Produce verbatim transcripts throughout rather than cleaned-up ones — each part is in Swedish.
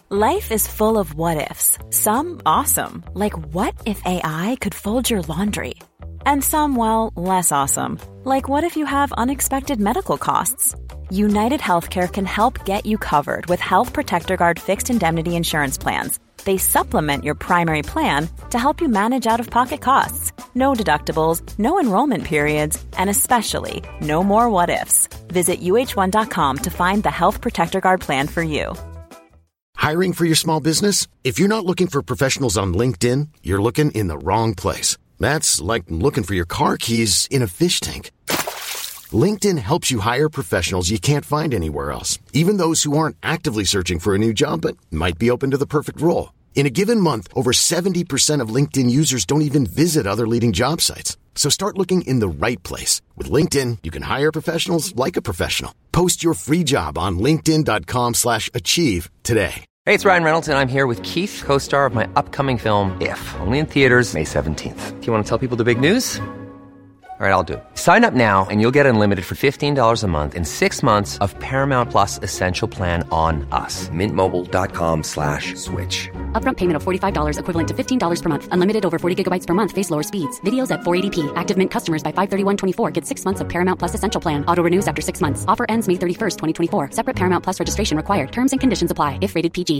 Life is full of what-ifs. Some awesome, like what if A I could fold your laundry? And some, well, less awesome, like what if you have unexpected medical costs? United Healthcare can help get you covered with Health Protector Guard fixed indemnity insurance plans. They supplement your primary plan to help you manage out-of-pocket costs. No deductibles, no enrollment periods, and especially no more what-ifs. Visit U H one dot com to find the Health Protector Guard plan for you. Hiring for your small business? If you're not looking for professionals on LinkedIn, you're looking in the wrong place. That's like looking for your car keys in a fish tank. LinkedIn helps you hire professionals you can't find anywhere else, even those who aren't actively searching for a new job but might be open to the perfect role. In a given month, over seventy percent of LinkedIn users don't even visit other leading job sites. So start looking in the right place. With LinkedIn, you can hire professionals like a professional. Post your free job on linkedin dot com slash achieve today. Hey, it's Ryan Reynolds, and I'm here with Keith, co-star of my upcoming film, If, only in theaters May seventeenth. Do you want to tell people the big news? All right, I'll do it. Sign up now and you'll get unlimited for fifteen dollars a month and six months of Paramount Plus Essential Plan on us. Mint Mobile dot com slash switch. Upfront payment of forty-five dollars equivalent to fifteen dollars per month. Unlimited over forty gigabytes per month. Face lower speeds. Videos at four eighty p. Active Mint customers by five thirty-one twenty-four get six months of Paramount Plus Essential Plan. Auto renews after six months. Offer ends May thirty-first, twenty twenty-four. Separate Paramount Plus registration required. Terms and conditions apply if rated P G.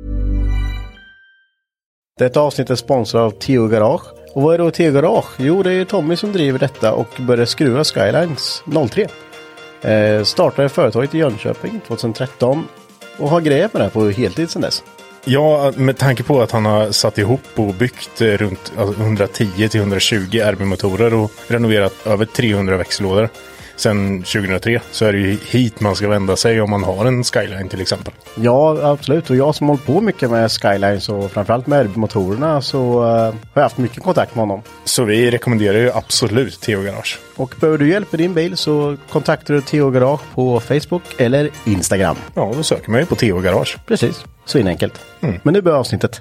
Detta avsnitt är sponsrat av Theo Garage. Och vad är då Theo Garage? Jo, det är Tommy som driver detta och började skruva Skylines noll tre. Eh, startade företaget i Jönköping tjugohundratretton och har grejer med det på heltid sedan dess. Ja, med tanke på att han har satt ihop och byggt runt hundratio till hundratjugo R B-motorer och renoverat över trehundra växellådor sedan tjugohundratre, så är det ju hit man ska vända sig om man har en Skyline till exempel. Ja, absolut. Och jag som håller på mycket med Skylines och framförallt med R B-motorerna, så uh, har jag haft mycket kontakt med honom. Så vi rekommenderar ju absolut Theo Garage. Och behöver du hjälp med din bil så kontaktar du Theo Garage på Facebook eller Instagram. Ja, då söker man ju på Theo Garage. Precis, så enkelt. Mm. Men nu börjar avsnittet.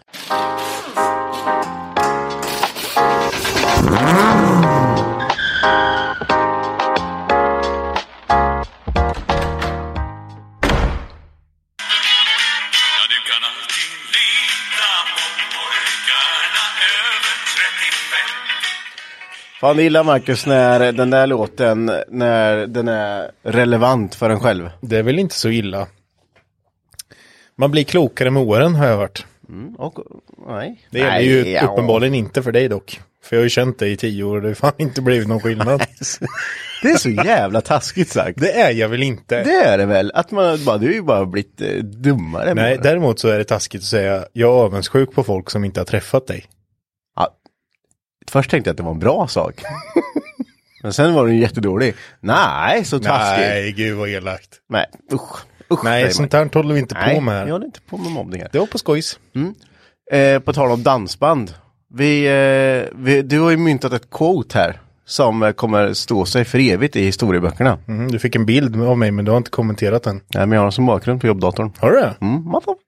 Fan, det gillar Marcus när den där låten, när den är relevant för en själv. Det är väl inte så illa. Man blir klokare med åren, har jag hört. Mm, och, nej. Det är nej, ju ja. uppenbarligen inte för dig dock. För jag har ju känt dig i tio år och det har fan inte blivit någon skillnad. Det är så jävla taskigt sagt. Det är jag väl inte. Det är det väl. Att man bara, du är ju bara blivit eh, dummare. Nej, bara. Däremot så är det taskigt att säga jag är avundsjuk på folk som inte har träffat dig. Ja. Först tänkte jag att det var en bra sak. Men sen var den ju jättedålig. Nej, så taskigt. Nej, gud vad elakt. Nej, usch. usch Nej, sånt här håller vi inte Nej, på med här. jag håller inte på med mobbning här. Det var på skojs. Mm. Eh, på tal om dansband. Vi, eh, vi, du har ju myntat ett quote här som eh, kommer stå sig för evigt i historieböckerna. Mm, du fick en bild av mig men du har inte kommenterat den. Nej, men jag har den som bakgrund på jobbdatorn. Har du det? Mm,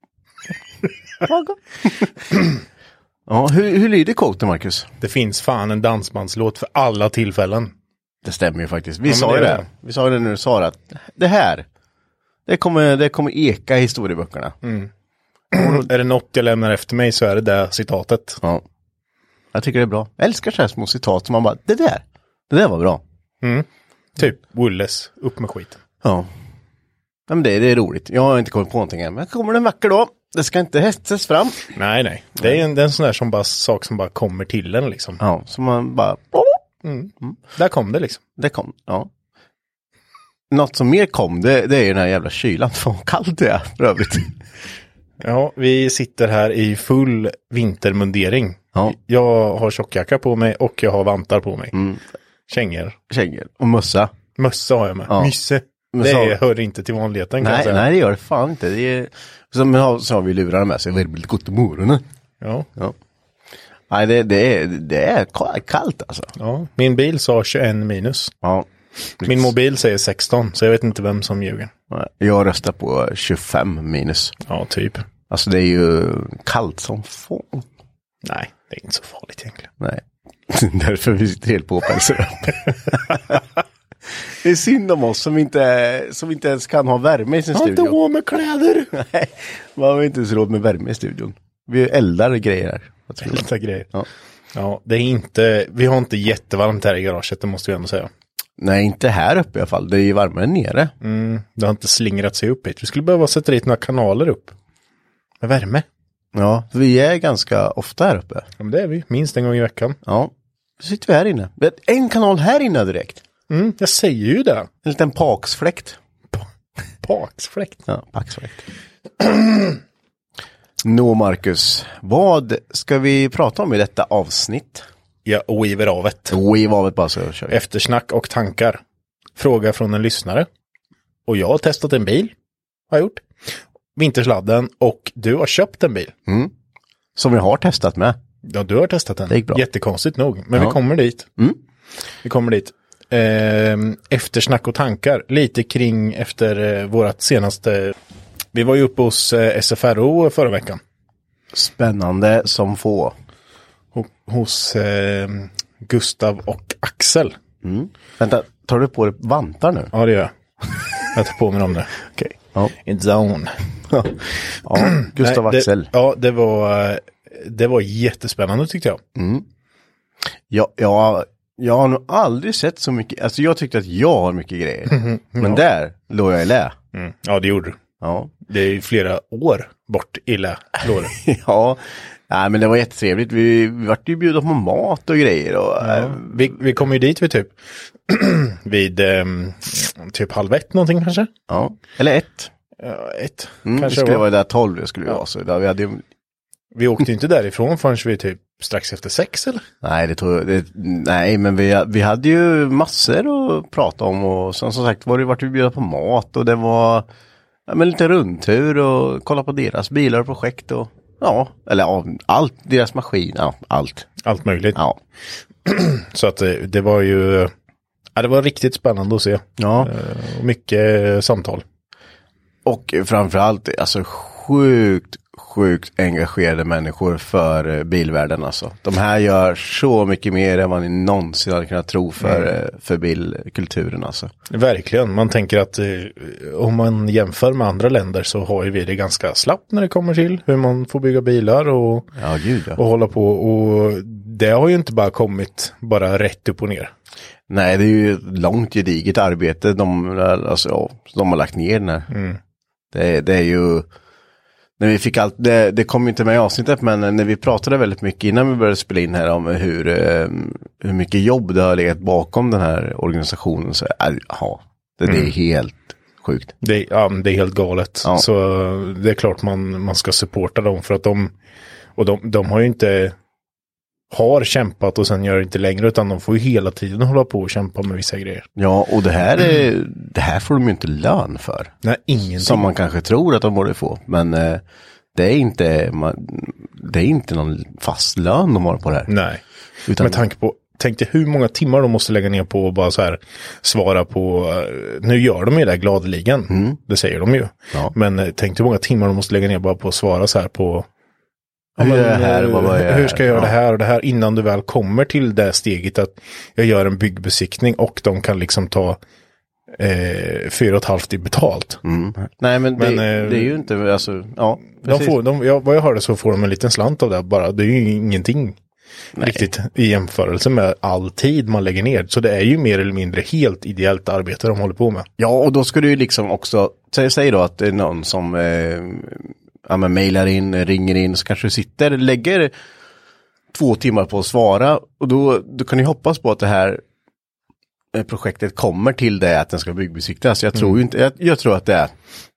ja, hur, hur lyder quoten, Marcus? Det finns fan en dansbandslåt för alla tillfällen. Det stämmer ju faktiskt. Vi Ja, sa ju det det. det. Vi sa ju det när du sa det. Att det här, det kommer, det kommer eka i historieböckerna. Mm. Är det något jag lämnar efter mig så är det där citatet. Ja. Jag tycker det är bra. Jag älskar så här små citat som man bara, det där, det där var bra. Mm. Typ, Wulles, upp med skiten. Ja. Ja, men det, det är roligt. Jag har inte kommit på någonting än. Men kommer den vacker då? Det ska inte hetsas fram. Nej, nej. Det är en, det är en sån där som bara, sak som bara kommer till en liksom. Ja, som man bara... Mm. Mm. Där kom det liksom. Det kom, ja. Något som mer kom, det, det är ju den här jävla kylan. Fan kallt det är, för övrigt. Ja, vi sitter här i full vintermundering. Ja. Jag har tjockjacka på mig och jag har vantar på mig. Mm. Kängor. Kängor. Och mössa. Mössa har jag med. Ja. Mysse. Det så... hör inte till vanligheten kan nej, jag säga. Nej, det gör det fan inte. Det är... så, men har, så har vi lurarna med sig. Det blir lite gott i morgonen. Ja. Ja. Nej, det, det, är, det är kallt alltså. Ja. Min bil sa tjugoett minus. Ja. Min mobil säger sexton, så jag vet inte vem som ljuger. Jag röstar på tjugofem minus. Ja, typ. Alltså det är ju kallt som fan. Nej, det är inte så farligt egentligen. Nej, därför vi sitter helt på pälser. Det är synd om oss som inte, som inte ens kan ha värme i sin Jag har studio. inte råd med kläder. Nej, man har inte ens råd med värme i studion. Vi eldar grejer här. Jag tror. Lite grejer. Ja. Ja, det är inte, vi har inte jättevarmt här i garaget, det måste vi ändå säga. Nej, inte här uppe i alla fall. Det är ju varmare nere. Mm, det har inte slingrat sig upp hit. Vi skulle behöva sätta dit några kanaler upp. Med värme. Ja, vi är ganska ofta här uppe. Ja, men det är vi. Minst en gång i veckan. Ja, då sitter vi här inne. En kanal här inne direkt. Mm, jag säger ju det. En liten paksfläkt. Paksfläkt. Ja, paksfläkt. Nå, Marcus. Vad ska vi prata om i detta avsnitt? Ja, weaver avet. Weave av ett bara så kör vi. Eftersnack och tankar. Fråga från en lyssnare. Och jag har testat en bil. Har jag gjort. Vintersladden. Och du har köpt en bil. Mm. Som vi har testat med. Ja, du har testat den. Det gick bra. Jättekonstigt nog. Men Ja. vi kommer dit. Mm. Vi kommer dit. Eh, eftersnack och tankar. Lite kring efter eh, vårat senaste... Vi var ju uppe hos eh, S F R O förra veckan. Spännande som få. Ho- hos eh, Gustav och Axel. Mm. Vänta, tar du på dig vantar nu? Ja, det gör jag. Jag tar på mig dem nu. Okej. Ja. In zone. Ja, Gustav Nej, Axel. Det, ja, det var, det var jättespännande tyckte jag. Mm. Ja, ja, jag har nog aldrig sett så mycket. Alltså jag tyckte att jag har mycket grejer. Men Ja. där låg jag i lä. Mm. Ja, det gjorde du. Ja. Det är ju flera år bort illa, låg det. Ja. Nej, men det var jättetrevligt. Vi, vi vart ju bjudna på mat och grejer. Och, Ja. Vi, vi kom ju dit vid typ vid ehm, typ halv ett någonting kanske. ja. Eller ett. Ja, ett Mm, vi kanske skulle var. vara där tolv. Det skulle vi Ja. vara. Så där, vi hade ju... Vi åkte inte därifrån förrän vi typ strax efter sex eller? Nej, det tog, det, nej, men vi, vi hade ju massor att prata om. Och som, som sagt var det vart vi bjöd på mat. Och det var ja, men lite rundtur och kolla på deras bilar och projekt. Och, ja, eller ja, allt. Deras maskin. Ja, allt. Allt möjligt. Ja. Så att det, det var ju, ja, det var riktigt spännande att se. Ja. Eh, Och mycket samtal. Och framförallt alltså sjukt, sjukt engagerade människor för eh, bilvärlden alltså. De här gör så mycket mer än vad ni någonsin hade kunnat tro för, Mm. eh, för bilkulturen alltså. Verkligen, man tänker att eh, om man jämför med andra länder så har ju vi det ganska slappt när det kommer till hur man får bygga bilar och, Ja, gud ja. och hålla på. Och det har ju inte bara kommit bara rätt upp och ner. Nej, det är ju ett långt gediget arbete de, alltså, ja, de har lagt ner den här. Mm. Det, det är ju, när vi fick allt, det, det kom ju inte med i avsnittet, men när vi pratade väldigt mycket innan vi började spela in här om hur, eh, hur mycket jobb det har legat bakom den här organisationen, så äh, ja, det, det är helt sjukt. Det, ja, det är helt galet. Ja. Så det är klart man, man ska supporta dem för att de, och de, de har ju inte har kämpat och sen gör det inte längre, utan de får ju hela tiden hålla på och kämpa med vissa grejer. Ja, och det här, är, det här får de ju inte lön för. Nej, ingenting. Som man kanske tror att de borde få. Men eh, det är inte man, det är inte någon fast lön de har på det här. Nej. Utan, Med tanke på, tänk dig hur många timmar de måste lägga ner på och bara så här svara på, eh, nu gör de ju det gladeligen, Mm. det säger de ju. Ja. Men eh, tänk dig hur många timmar de måste lägga ner bara på att svara så här på ja, Hur men, är det här? eh, Vad- vad är- hur ska jag göra ja. det här och det här innan du väl kommer till det steget att jag gör en byggbesiktning och de kan liksom ta eh, fyra och ett halvt i betalt. Mm. Nej, men, Men, det, eh, det är ju inte, alltså, ja. De precis. får, de, ja, vad jag hörde så får de en liten slant av det bara. Det är ju ingenting Nej. riktigt i jämförelse med all tid man lägger ner. Så det är ju mer eller mindre helt ideellt arbete de håller på med. Ja, och då ska du ju liksom också, säg, säg då att det är någon som eh, ja, men mailar in, ringer in, så kanske du sitter, lägger två timmar på att svara, och då, då kan du hoppas på att det här eh, projektet kommer till det att den ska byggbesiktas. Jag tror Mm. ju inte, jag, jag tror att det är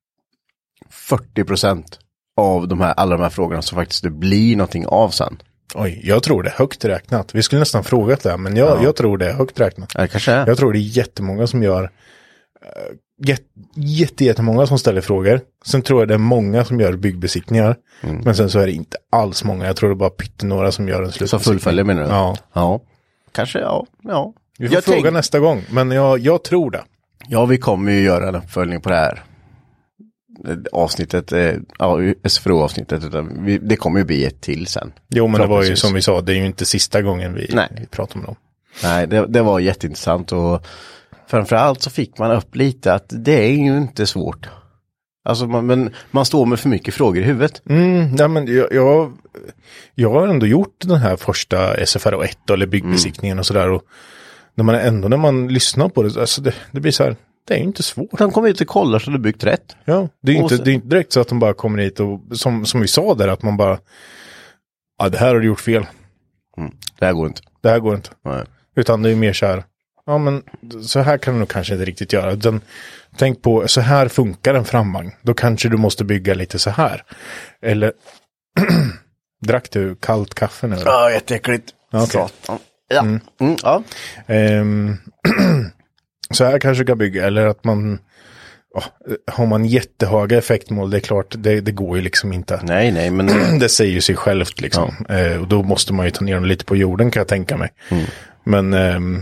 fyrtio procent av de här, alla de här frågorna som faktiskt det blir någonting av sen. Oj, jag tror det är högt räknat. Vi skulle nästan frågat det, men jag, Ja. jag tror det är högt räknat. Ja, det kanske är. Jag tror det är jättemånga som gör, äh, jätte, jätte, jättemånga som ställer frågor. Sen tror jag det är många som gör byggbesiktningar. Mm. Men sen så är det inte alls många. Jag tror det är bara pyttenågra som gör en Så slutbesiktning. fullföljer menar du? Ja. Ja. Kanske, ja. ja. Vi får Jag fråga tänk- nästa gång, men jag, jag tror det. Ja, vi kommer ju göra en uppföljning på det här eh, avsnittet, eh, ja, S F R O-avsnittet, utan vi, det kommer ju bli ett till sen. Jo, men det var ju Förhoppningsvis. som vi sa, det är ju inte sista gången vi, Nej. vi pratar om dem. Nej, det, det var jätteintressant, och framförallt så fick man upp lite att det är ju inte svårt. Alltså man, men man står med för mycket frågor i huvudet. Mm, nej men jag, jag, jag har ändå gjort den här första S F R O ett eller byggbesiktningen mm. och sådär. Och när man ändå, när man lyssnar på det, alltså det, det blir så här, det är ju inte svårt. De kommer ut och kollar så du byggt rätt. Ja, det är ju inte, så... det är inte direkt så att de bara kommer hit och som, som vi sa där, att man bara, ja det här har du gjort fel. Mm. Det här går inte. Det här går inte. Nej. Utan det är mer så här, ja men så här kan du nog kanske inte riktigt göra. Utan, tänk på, så här funkar en framvagn. Då kanske du måste bygga lite så här. Eller, drack du kallt kaffe nu? Ja, jätteäckligt. Okay. Ja. Mm. Mm, ja. Um, så här kanske du kan bygga. Eller att man, oh, har man jättehöga effektmål, det är klart, det, det går ju liksom inte. Nej, nej, men det säger ju sig självt liksom. Ja. Uh, och då måste man ju ta ner dem lite på jorden, kan jag tänka mig. Mm. Men um,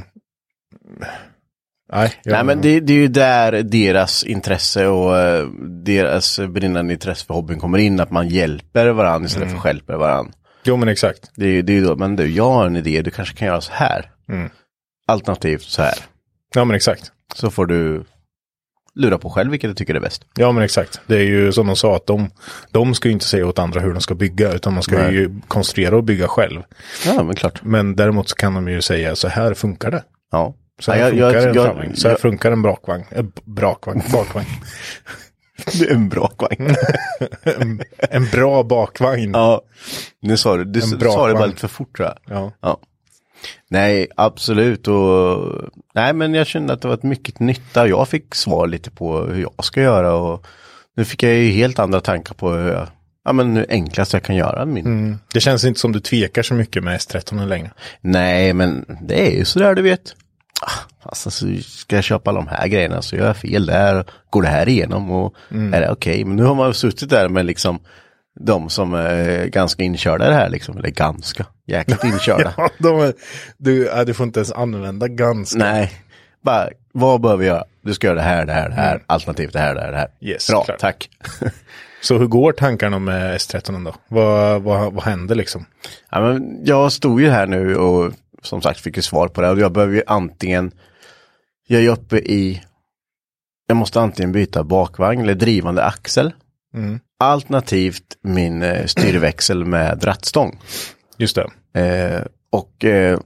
nej, jag... nej, men det, det är ju där deras intresse och uh, deras brinnande intresse för hobbyn kommer in, att man hjälper varandra istället mm. för hjälper varandra. Jo, men exakt. Det är ju det är då, men du, jag har en idé, du kanske kan göra så här. Mm. Alternativt så här. Ja, men exakt. Så får du lura på själv vilket du tycker är bäst. Ja, men exakt. Det är ju som de sa, att de, de ska ju inte säga åt andra hur de ska bygga, utan man ska Nej. ju konstruera och bygga själv. Ja, men klart. Men däremot så kan de ju säga, så här funkar det. Ja. Så här ja, funkar jag, en jag, framvagn. Så här jag, funkar en brakvagn. Äh, brakvagn, bakvagn. Det är en brakvagn. en, en bra bakvagn. Ja, nu sa du, du sa det bara lite för fort, tror jag. Ja. Ja. Nej, absolut. Och, nej, men jag kände att det var ett mycket nytta. Jag fick svar lite på hur jag ska göra. Och nu fick jag ju helt andra tankar på hur, jag, ja, men hur enklast jag kan göra min. Mm. Det känns inte som du tvekar så mycket med S tretton längre. Nej, men det är ju sådär, du vet. Alltså, så ska jag köpa alla de här grejerna så gör jag fel där. Går det här igenom och mm. är det okej? Okay? Men nu har man suttit där med liksom de som är ganska inkörda det här liksom. Eller ganska, jäkligt inkörda. Ja, de är, du, äh, du får inte ens använda ganska. Nej, bara, vad behöver jag? Du ska göra det här, det här, det här. Mm. Alternativt det här, det här, det här. Yes, bra, klart. Tack. Så hur går tankarna med S tretton då? Vad, vad, vad händer liksom? Ja, men jag stod ju här nu och som sagt fick ju svar på det. Och jag behöver ju antingen, jag är uppe i, jag måste antingen byta bakvagn eller drivande axel. Mm. Alternativt min eh, styrväxel med rattstång. Just det. Eh, och eh,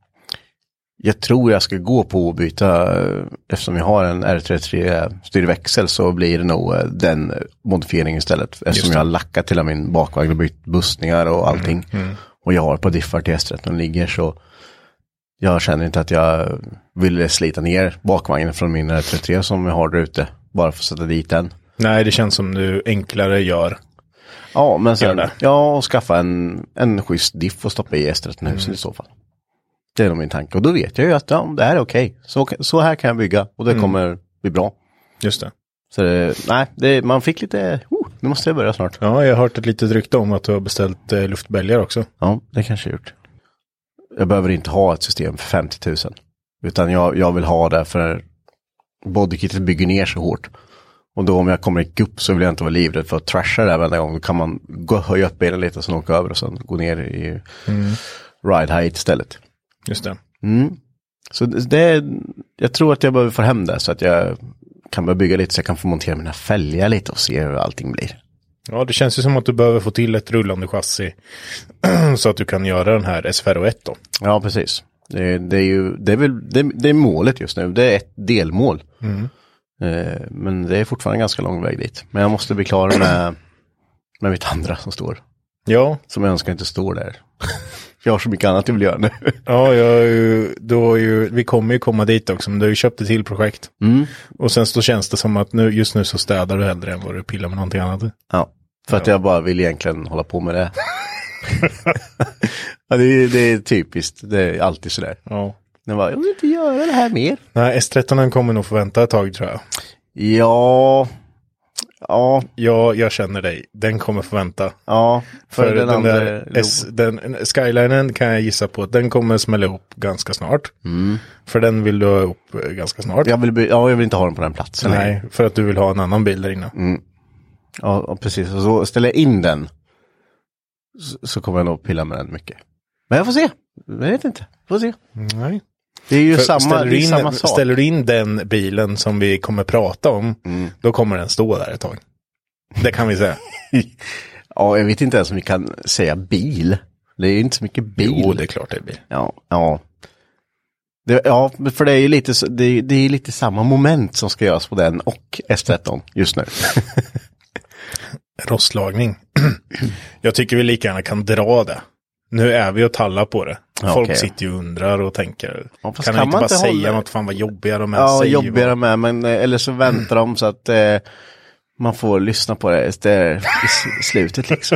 jag tror jag ska gå på att byta, eh, eftersom jag har en R trettiotre styrväxel så blir det nog eh, den modifieringen istället. Eftersom jag har lackat till min bakvagn och bytt bussningar och allting. Mm. Mm. Och jag har på diffar till S tretton ligger, så jag känner inte att jag vill slita ner bakvagnen från min R trettiotre som jag har där ute. Bara för att sätta dit den. Nej, det känns som du enklare gör. Ja, men sen, ja, och skaffa en, en schysst diff och stoppa i S tretton-husen mm. i så fall. Det är nog min tanke. Och då vet jag ju att ja, det här är okej. Så, så här kan jag bygga och det mm. kommer bli bra. Just det. Så det, nej, det, man fick lite, oh, nu måste jag börja snart. Ja, jag har hört ett litet rykte om att du har beställt eh, luftbälgar också. Ja, det kanske jag gjort. Jag behöver inte ha ett system för femtio tusen. Utan jag, jag vill ha det för bodykitet bygger ner så hårt. Och då om jag kommer i gupp så vill jag inte vara livrädd för att trasha det varje gång. Då kan man gå, höja upp benen lite och sen åka över och sen gå ner i mm. ride height istället. Just det. Mm. Så det, jag tror att jag behöver få hem det så att jag kan börja bygga lite så jag kan få montera mina fälgar lite och se hur allting blir. Ja, det känns ju som att du behöver få till ett rullande chassi så att du kan göra den här S F R O ett då. Ja, precis. Det, det är ju det är väl det, det är målet just nu. Det är ett delmål. Mm. Eh, men det är fortfarande en ganska lång väg dit. Men jag måste bli klar med med mitt andra som står. Ja. Som jag önskar inte står där. Jag har så mycket annat jag vill göra nu. Ja, jag har ju, då har ju, vi kommer ju komma dit också, men du har ju köpt ett till projekt. Mm. Och sen så känns det som att nu, just nu så städar du hellre än vad du pillar med någonting annat. Ja, för att ja. jag bara vill egentligen hålla på med det. Ja, det, är, det är typiskt, det är alltid sådär. Ja. Jag bara, jag vill inte göra det här mer. Nej, S tretton kommer nog få vänta ett tag, tror jag. Ja... Ja. ja, jag känner dig. Den kommer få vänta. Ja, för, för den, den där S, den, Skylinen kan jag gissa på att den kommer smälla ihop ganska snart. Mm. För den vill du ha ihop ganska snart. Jag vill, ja, jag vill inte ha den på den platsen. Nej, längre. För att du vill ha en annan bil där inne. Mm. Ja, precis. Och så ställer jag in den så, så kommer jag nog pilla med den mycket. Men jag får se. Jag vet inte. Får se. Nej. Det är ju För samma, ställer, det du är in, samma sak. ställer du in den bilen som vi kommer prata om, mm. då kommer den stå där ett tag. Det kan vi säga. Ja, jag vet inte ens om vi kan säga bil. Det är ju inte så mycket bil. Jo, det är klart det är bil. Ja, ja. Det, ja, för det är ju lite, det, det är lite samma moment som ska göras på den och S tretton just nu. Rostlagning. Jag tycker vi lika gärna kan dra det. Nu är vi och tallar på det. Ja, Folk okay. sitter ju och undrar och tänker. Ja, kan man inte bara inte säga hålla... något, fan vad jobbiga de är. Ja, jobbigare med, men eller så väntar de så att eh, man får lyssna på det, det i slutet liksom.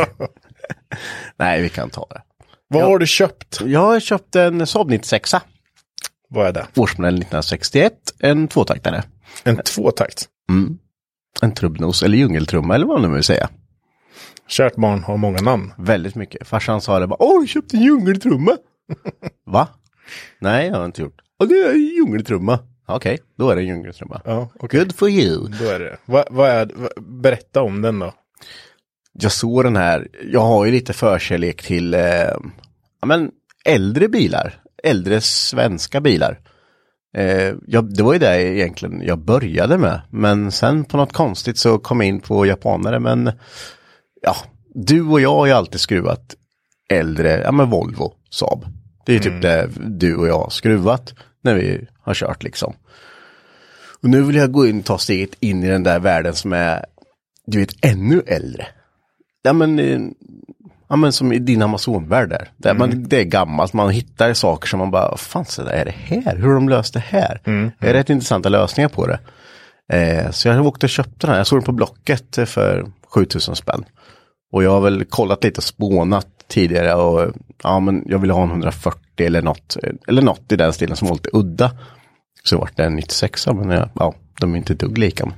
Nej, vi kan ta det. Vad jag, har du köpt? Jag har köpt en Saab nittiosex. Vad är det? Årsmodell nittonhundrasextioett, en tvåtaktare. En tvåtakt? Mm. En trubbnos eller djungeltrumma eller vad man nu vill säga. Kärt barn har många namn. Väldigt mycket. Farsan sa det bara, åh, du köpte en djungeltrumma. Va? Nej, jag har inte gjort. Och det är en djungeltrumma. Okej, okay, då är det en djungeltrumma. Ja, okay. Good for you. Då är det. Vad, vad är, vad, berätta om den då. Jag såg den här, jag har ju lite förkärlek till eh, ja, men äldre bilar. Äldre svenska bilar. Eh, jag, det var ju det egentligen jag började med. Men sen på något konstigt så kom jag in på japanare. Men ja, du och jag har ju alltid skruvat äldre, ja men Volvo, Saab. Det är typ mm. det du och jag har skruvat när vi har kört liksom. Och nu vill jag gå in och ta steget in i den där världen som är, du vet, ännu äldre. Ja men, ja, men som i din Amazon-värld där. där mm. man, det är gammalt, man hittar saker som man bara, vad fan så där är det här? Hur har de löst det här? Mm. Det är rätt intressanta lösningar på det. Eh, så jag har åkt och köpt den här. Jag såg den på Blocket för sjutusen spänn. Och jag har väl kollat lite och spånat tidigare och ja men jag vill ha en hundrafyrtio eller något. Eller något i den stilen som var lite udda. Så vart det en nittiosex, men jag, ja, de är inte dugg lika.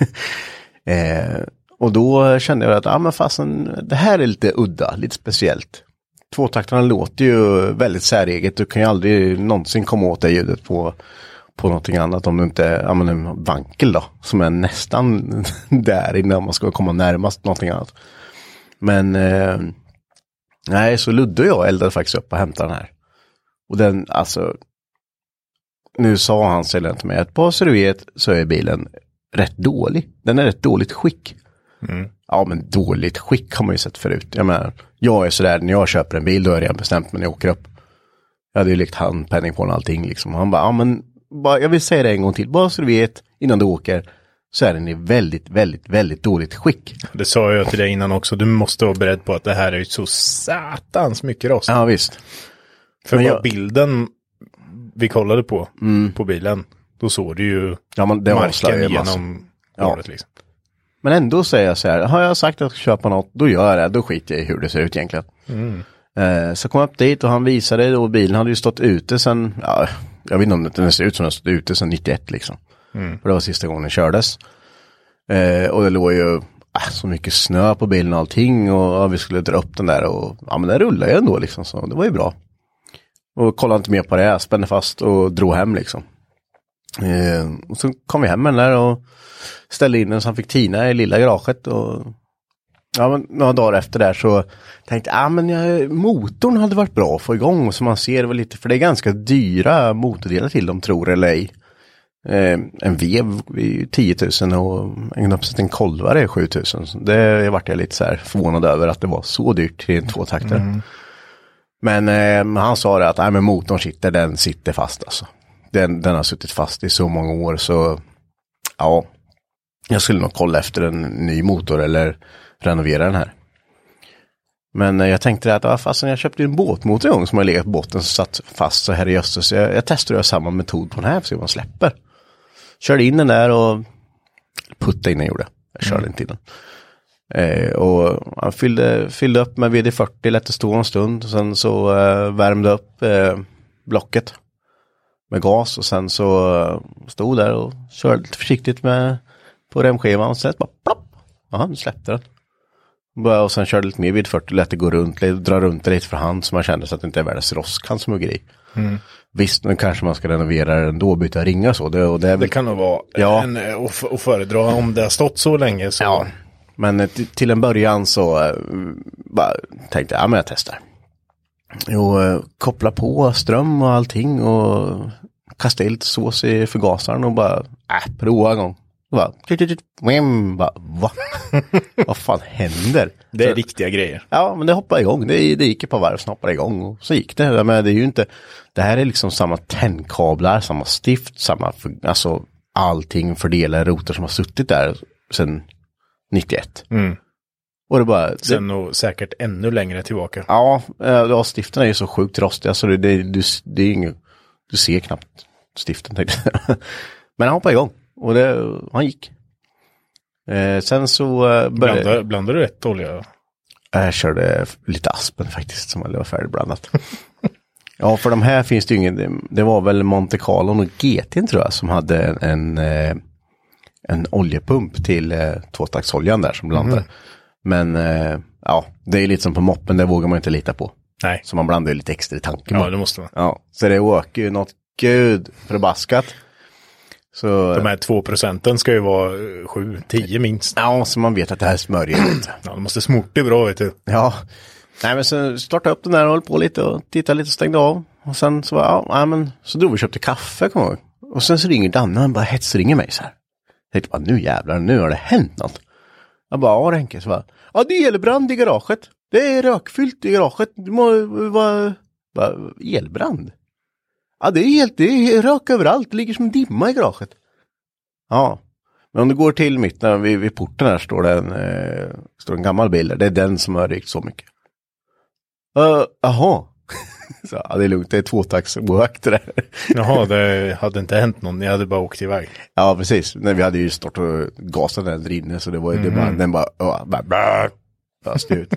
eh, och då kände jag att ja men fasen, det här är lite udda, lite speciellt. Tvåtaktarna låter ju väldigt säreget. Du kan ju aldrig någonsin komma åt det ljudet på, på någonting annat om du inte, ja men en vankel då, som är nästan där innan man ska komma närmast någonting annat. Men eh, nej, så Ludde och jag eldade faktiskt upp och hämtade den här. Och den, alltså, nu sa han säljaren till mig att på Servet så är bilen rätt dålig. Den är rätt dåligt skick. Mm. Ja, men dåligt skick har man ju sett förut. Jag menar, jag är sådär, när jag köper en bil då är jag bestämt när jag åker upp. Jag hade ju lyckt handpenning på den allting liksom. Han bara, ja men, bara, jag vill säga det en gång till. Bara så du vet, innan du åker så är den i väldigt, väldigt, väldigt dåligt skick. Det sa jag till dig innan också. Du måste vara beredd på att det här är så satans mycket rost. Ja, visst. För jag... bilden vi kollade på, mm. på bilen, då såg du ju ja, men det marken genom håret ja. liksom. Men ändå säger jag så här, har jag sagt att jag ska köpa något, då gör jag det. Då skiter jag i hur det ser ut egentligen. Mm. Eh, så kom jag upp dit och han visade och bilen hade ju stått ute sen, ja, jag vet inte om den ser ut som den stått ute sen nittioett liksom. Mm. För det var sista gången den kördes. Eh, och det låg ju äh, så mycket snö på bilen och allting. Och ja, vi skulle dra upp den där. Och ja, men den rullade ju ändå liksom. Så det var ju bra. Och kollade inte mer på det. Jag spände fast och drog hem liksom. Eh, och så kom vi hem med den där och ställde in den så han fick tina i lilla garaget. Och ja, men några dagar efter där så tänkte jag, ah, men jag, motorn hade varit bra att få igång. Så man ser väl lite, för det är ganska dyra motordelar till dem, tror eller ej. Eh, en vev är tio tusen och en uppsättning kolvare är sju tusen. Det vart jag lite så här förvånad över att det var så dyrt till en tvåtakter. Mm. Men eh, han sa det att nej, men motorn sitter, den sitter fast alltså. Den, den har suttit fast i så många år så ja, jag skulle nog kolla efter en ny motor eller renovera den här. Men eh, jag tänkte att ah, fastän jag köpte en båtmotor en gång som har legat på botten så satt fast så här i jösses. Så jag, jag testade samma metod på den här för att se om man släpper. Körde in den där och putta in den gjorde. Jag körde mm. inte in den. Eh, och han fyllde, fyllde upp med V D fyrtio, lät det stå en stund. Och sen så eh, värmde upp eh, blocket med gas. Och sen så eh, stod där och körde lite försiktigt med, på remskivan. Och sen bara plopp. Jaha, nu släppte den. Och sen körde lite mer vid fyrtio, lät det gå runt, dra runt det lite för hand så man kände så att det inte är världens rostkant som hugger i. Mm. Visst, men kanske man ska renovera den då och byta ringar så. Det, och det, är väl... det kan nog vara ja. en, och, och föredra om det har stått så länge. Så... Ja, men t- till en början så uh, bara tänkte jag, ja men jag testar. Jo, eh, koppla på ström och allting och kasta i lite sås i förgasaren och bara äh, prova en gång. Bara, vem, bara, va? Vad fan händer? Det är så, riktiga grejer. Ja, men det hoppade igång. Det, det gick ett par varv, snappade igång och så gick det. Men det är ju inte, det här är liksom samma tändkablar, samma stift, samma, för, alltså allting fördelar rotor som har suttit där sedan nittioett. Mm. Och det bara... Sen det, och säkert ännu längre tillbaka. Ja, ja, stiften är ju så sjukt rostiga så det, det, det, det är inget, du ser knappt stiften, tänkte jag. Men han hoppade igång och det, han gick. Eh, sen så eh, började... Blandar, blandar du rätt olja? Jag körde lite aspen faktiskt som var färdigblandat. Ja, för de här finns det ju ingen, det var väl Monte Carlo och G T tror jag som hade en, en, en oljepump till eh, tvåtaktsoljan där som blandade. Mm. Men eh, ja, det är lite som på moppen, det vågar man inte lita på. Nej. Så man blandar ju lite extra i tanken. Ja, det måste man. Ja, så det åker ju något gud förbaskat. Så, de här två procenten ska ju vara sju, tio minst. Ja, så man vet att det här är smörjet. Ja, det måste smorta bra, vet du. Ja, nej men så startade upp den där och höll på lite och tittade lite och stängde av. Och sen så, ja, nej, men, så drog vi och köpte kaffe, kommer jag ihåg. Och sen så ringer Danne, han bara hetsringer mig så här. Jag tänkte bara, nu jävlar, nu har det hänt något. Jag bara, ja Renke, så bara, ja det är elbrand i garaget. Det är rökfyllt i garaget. Det må vara, bara, elbrand? Ja, det är helt, det är rök överallt. Det ligger som en dimma i garaget. Ja, men om du går till mitten vid, vid porten här står det en, eh, står en gammal bil. Det är den som har rykt så mycket. Jaha. Uh, så, ja, det är lugnt. Det är tvåtaktsåk det där. Jaha, det hade inte hänt någon. Ni hade bara åkt iväg. Ja, precis. Nej, vi hade ju stått och gasat den där inne. Så det var ju mm. det bara, den bara, uh, bara, bara, bara ut.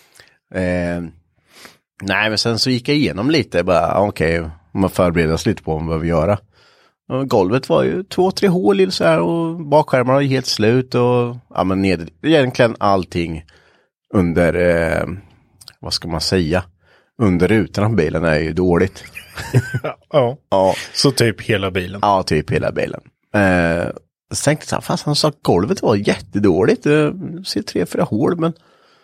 eh, nej, men sen så gick jag igenom lite. Bara, okej, okay, man förbereder sig lite på vad man behöver göra. Och golvet var ju två, tre hål så här och bakskärmarna var helt slut och ja men ned, egentligen allting under, eh, vad ska man säga, under rutan av bilen är ju dåligt. ja. Ja, så typ hela bilen. Ja, typ hela bilen. Eh, så tänkte jag, fast han sa att golvet var jättedåligt, jag ser tre, fyra hål men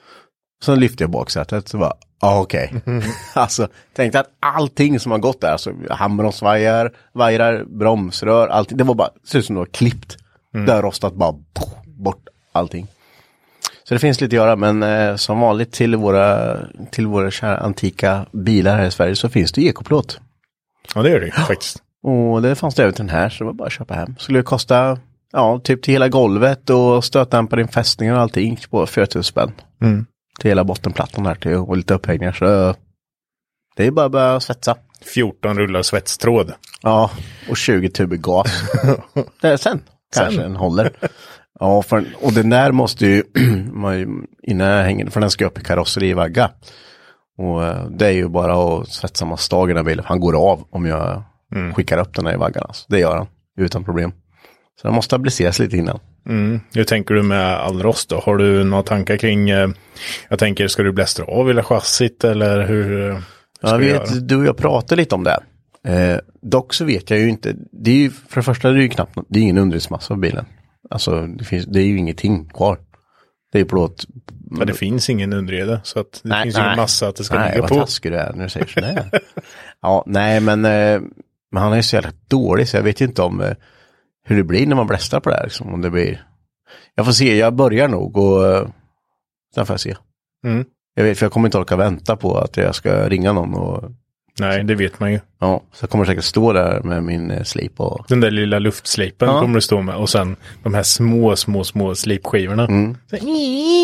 så lyfte jag baksätet så var ja, okej. Okay. Mm. Alltså, tänkte att allting som har gått där, alltså handbromsvajar, vajrar, bromsrör, allting, det var bara, ser ut som det var klippt. Mm. Det har rostat bara bort allting. Så det finns lite att göra, men eh, som vanligt till våra, till våra kära antika bilar här i Sverige så finns det ekoplåt. Ja, det gör det faktiskt. Och det fanns det även till den här, så det var bara att köpa hem. Skulle det kosta, ja, typ till hela golvet och stötdämpare in fästningar och allting på fyra tusen spänn. Mm. Till hela bottenplattan här till och lite upphängningar så det är bara att börja svetsa. fjorton rullar svetstråd. Ja, och tjugo tuber gas. Det är sen kanske den håller. Ja, för, och den där måste ju innan jag hänger, för den ska upp i karosserivagga. Och det är ju bara att svetsa mastagen av bilen. Han går av om jag mm. skickar upp den här i vaggan. Alltså. Det gör han utan problem. Så den måste stabiliseras lite innan. Mm. Hur tänker du med all rost då? Har du några tankar kring, eh, jag tänker, ska du blästra av hela chassit eller hur, hur ska jag du vet, göra? Du och jag pratade lite om det. Eh, dock så vet jag ju inte, det är ju, för det första det är ju knappt, det är ingen underhetsmassa av bilen. Alltså det, finns, det är ju ingenting kvar. Det är ju plåt. Men det finns ingen underrede så att det nej, finns nej. ju en massa att det ska nej, ligga vad på. Nej, vad taskig du är när du säger sådär. Ja, nej men, eh, men han är ju så jävla dålig så jag vet ju inte om eh, hur det blir när man blästrar på det här. Liksom, om det blir... Jag får se, jag börjar nog och uh, sen får jag se. Mm. Jag vet, för jag kommer inte orka vänta på att jag ska ringa någon. Och, nej, det vet man ju. Ja, så jag kommer säkert stå där med min uh, slip. Och... Den där lilla luftslipen ja. Kommer du stå med. Och sen de här små, små, små slipskivorna. Mm. Så... Det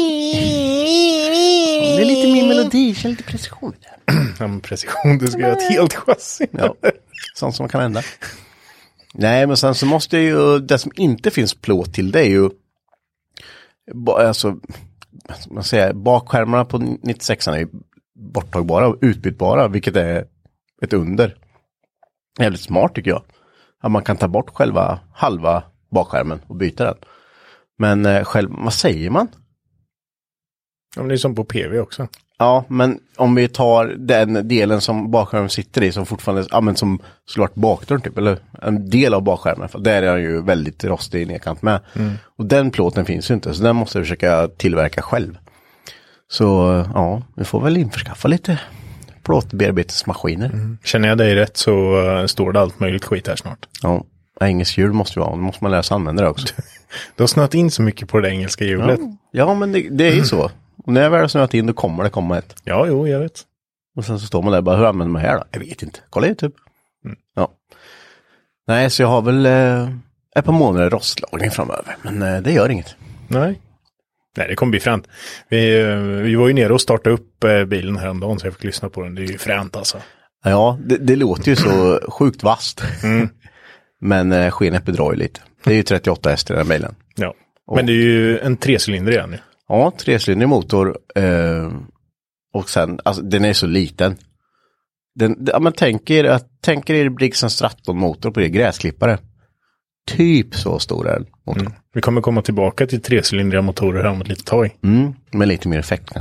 är lite min melodi, så lite precision. Ja, men precision, det ska göra ett helt chassi. Ja, sånt som kan hända. Nej, men sen så måste ju, det som inte finns plåt till det är ju alltså, man säger, bakskärmarna på nittiosexan är borttagbara och utbytbara, vilket är ett under. Jävligt smart tycker jag. Att man kan ta bort själva halva bakskärmen och byta den. Men eh, själv, vad säger man? Ja, men det är som på P V också. Ja, men om vi tar den delen som bakskärmen sitter i som fortfarande, ja men som slår bakdörren typ, eller en del av bakskärmen, för där är den ju väldigt rostig i nedkant med. Mm. Och den plåten finns ju inte, så den måste jag försöka tillverka själv. Så ja, vi får väl införskaffa lite plåtbearbetningsmaskiner. Mm. Känner jag dig rätt så uh, står det allt möjligt skit här snart. Ja, engelsk hjul måste ju vara. Då måste man lära sig använda det också. Du har snöat in så mycket på det engelska hjulet. Ja, ja men det, det är ju så. Och när jag väl har snöat in då kommer det komma ett. Ja, jo, jag vet. Och sen så står man där bara, hur använder man här då? Jag vet inte. Kolla YouTube. Mm. Ja. Nej, så jag har väl eh, ett par månader rostlagning framöver. Men eh, det gör inget. Nej. Nej, det kommer bli fränt. Vi, vi var ju nere och startade upp bilen häromdagen så jag fick lyssna på den. Det är ju fränt alltså. Ja, det, det låter ju så sjukt vast. Mm. Men eh, skenet bedrar ju lite. Det är ju trettioåtta hästar i den bilen. Ja, och, men det är ju en trecylinder igen nu. Ja, trecylindrig motor. Eh, och sen, alltså den är så liten. Den, ja, men tänker att tänker er Briggs Stratton-motor på det gräsklippare. Typ så stor är den motorn. Mm. Vi kommer komma tillbaka till trecylindriga motorer här om ett litet tag. Mm, med lite mer effekt.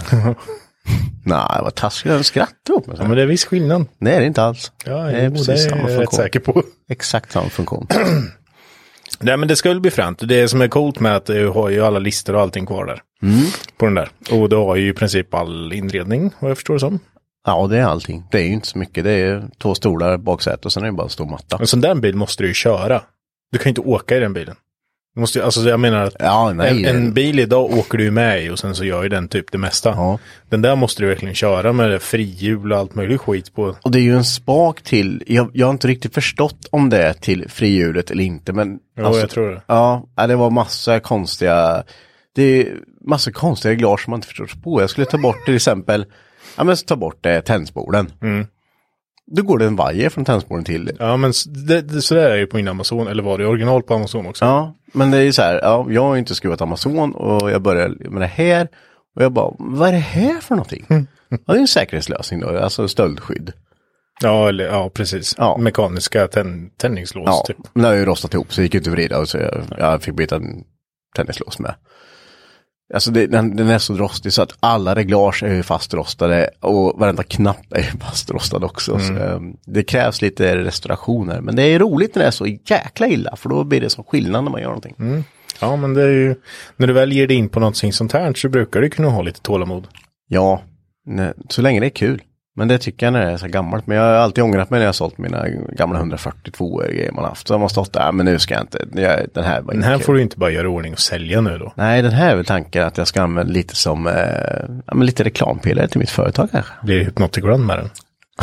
Nej, vad taskigt. Den skrattar upp. Ja, men det är viss skillnad. Nej, det är inte alls. Ja, det är, jo, precis det är samma funktion. Rätt säker på. Exakt samma funktion. Nej, men det skulle bli fränt. Det som är coolt med att du har ju alla listor och allting kvar där. Mm. På den där. Och du har ju i princip all inredning, vad jag förstår det som. Ja, det är allting. Det är ju inte så mycket. Det är två stolar, baksäte och sen är det bara en stor matta. En sån där bil måste du ju köra. Du kan ju inte åka i den bilen. Du måste, alltså jag menar att ja, nej, en, en bil idag åker du med i och sen så gör ju den typ det mesta. Ja. Den där måste du verkligen köra med frihjul och allt möjligt skit på. Och det är ju en spak till, jag, jag har inte riktigt förstått om det är till frihjulet eller inte. Men jo, alltså, jag tror det. Ja, det var massa konstiga, det är massa konstiga reglage som man inte förstår på. Jag skulle ta bort till exempel, ja men ta bort eh, tändsporden. Mm. Då går det en vajer från tändspåren till. Ja, men det, det, så där är ju på min Amazon. Eller var det original på Amazon också? Ja, men det är ju så här. Ja, jag har inte skruvat Amazon och jag börjar med det här. Och jag bara, vad är det här för någonting? Mm. Ja, det är en säkerhetslösning då. Alltså stöldskydd. Ja, eller, ja precis. Ja. Mekaniska tänd, tändningslås ja, typ. Men det har ju rostat ihop så jag gick inte att vrida. Så jag, jag fick byta en tändningslås med. Alltså det, den, den är så rostig så att alla reglage är ju fastrostade och varenda knapp är fastrostad också. Mm. Så, um, det krävs lite restaurationer. Men det är roligt när det är så jäkla illa för då blir det som skillnad när man gör någonting. Mm. Ja, men det är ju, när du väl ger dig in på någonting sånt här så brukar du kunna ha lite tålamod. Ja, nej, så länge det är kul. Men det tycker jag när det är så gammalt. Men jag har alltid ångrat mig när jag har sålt mina gamla hundrafyrtiotvå grejer man haft. Så jag har stått där, men nu ska jag inte. Jag, den här, var den här kul. får du inte bara göra ordning och sälja nu då. Nej, den här är väl tanken att jag ska använda lite som eh, ja, men lite reklampelare till mitt företag här. Blir det Hypnotic-Run med den?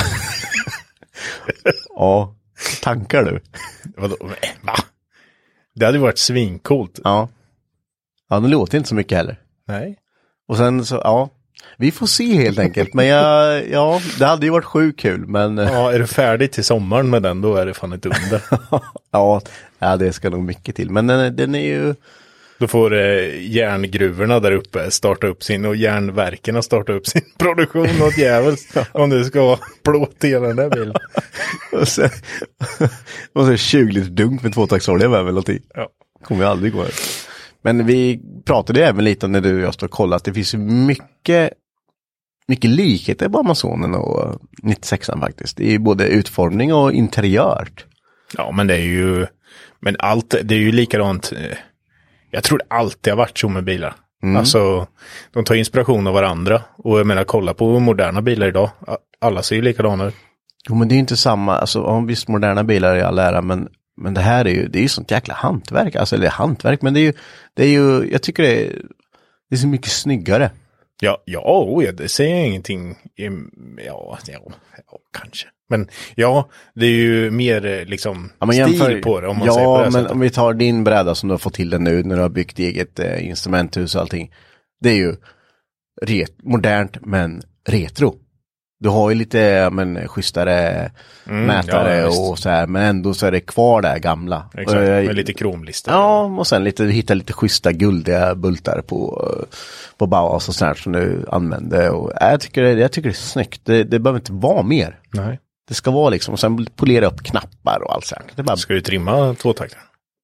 Ja, tankar du? Vadå? Va? Det hade varit svincoolt. Ja. Ja, det låter inte så mycket heller. Nej. Och sen så, ja. Vi får se helt enkelt, men jag, ja, det hade ju varit sjukt kul, men... Ja, är du färdig till sommaren med den, då är det fan ett under. ja, ja, det ska nog mycket till, men den, den är ju... Då får eh, järngruvorna där uppe starta upp sin, och järnverkerna starta upp sin produktion åt jävels, om det ska vara plåt i den där bilen. och sen, och så tjugo liter dunk med tvåtaktsolja med väl någonting. Ja. Kommer ju aldrig gå här. Men vi pratade även lite när du och jag stod och kollade att det finns ju mycket, mycket likheter på Amazonen och nittiosexan faktiskt. Det är ju både utformning och interiört. Ja, men det är ju, men allt, det är ju likadant. Jag tror det alltid har varit så med bilar. Mm. Alltså, de tar inspiration av varandra. Och jag menar, kolla på moderna bilar idag. Alla ser ju likadana ut. Jo, men det är inte samma, alltså ja, visst moderna bilar är all ära, men Men det här är ju, det är ju sånt jäkla hantverk, alltså eller hantverk, men det är ju, det är ju, jag tycker det är, det är så mycket snyggare. Ja, ja, ja, det säger jag ingenting, ja, ja, ja, kanske. Men ja, det är ju mer liksom ja, stil jämför, på det om man ja, säger på det men sättet. Om vi tar din bräda som du har fått till den nu när du har byggt eget eh, instrumenthus och allting. Det är ju ret, modernt men retro. Du har ju lite men schysstare mm, mätare ja, och så här, men ändå så är det kvar där gamla. Exakt, med lite kromlistor. Ja, och sen lite hitta lite schyssta guldiga bultar på på Bauhaus och sånt som du använder och jag tycker det, jag tycker det är snyggt. Det, det behöver inte vara mer. Nej. Det ska vara liksom och sen polera upp knappar och allt sånt. Det bara... Ska du trimma tvåtakten?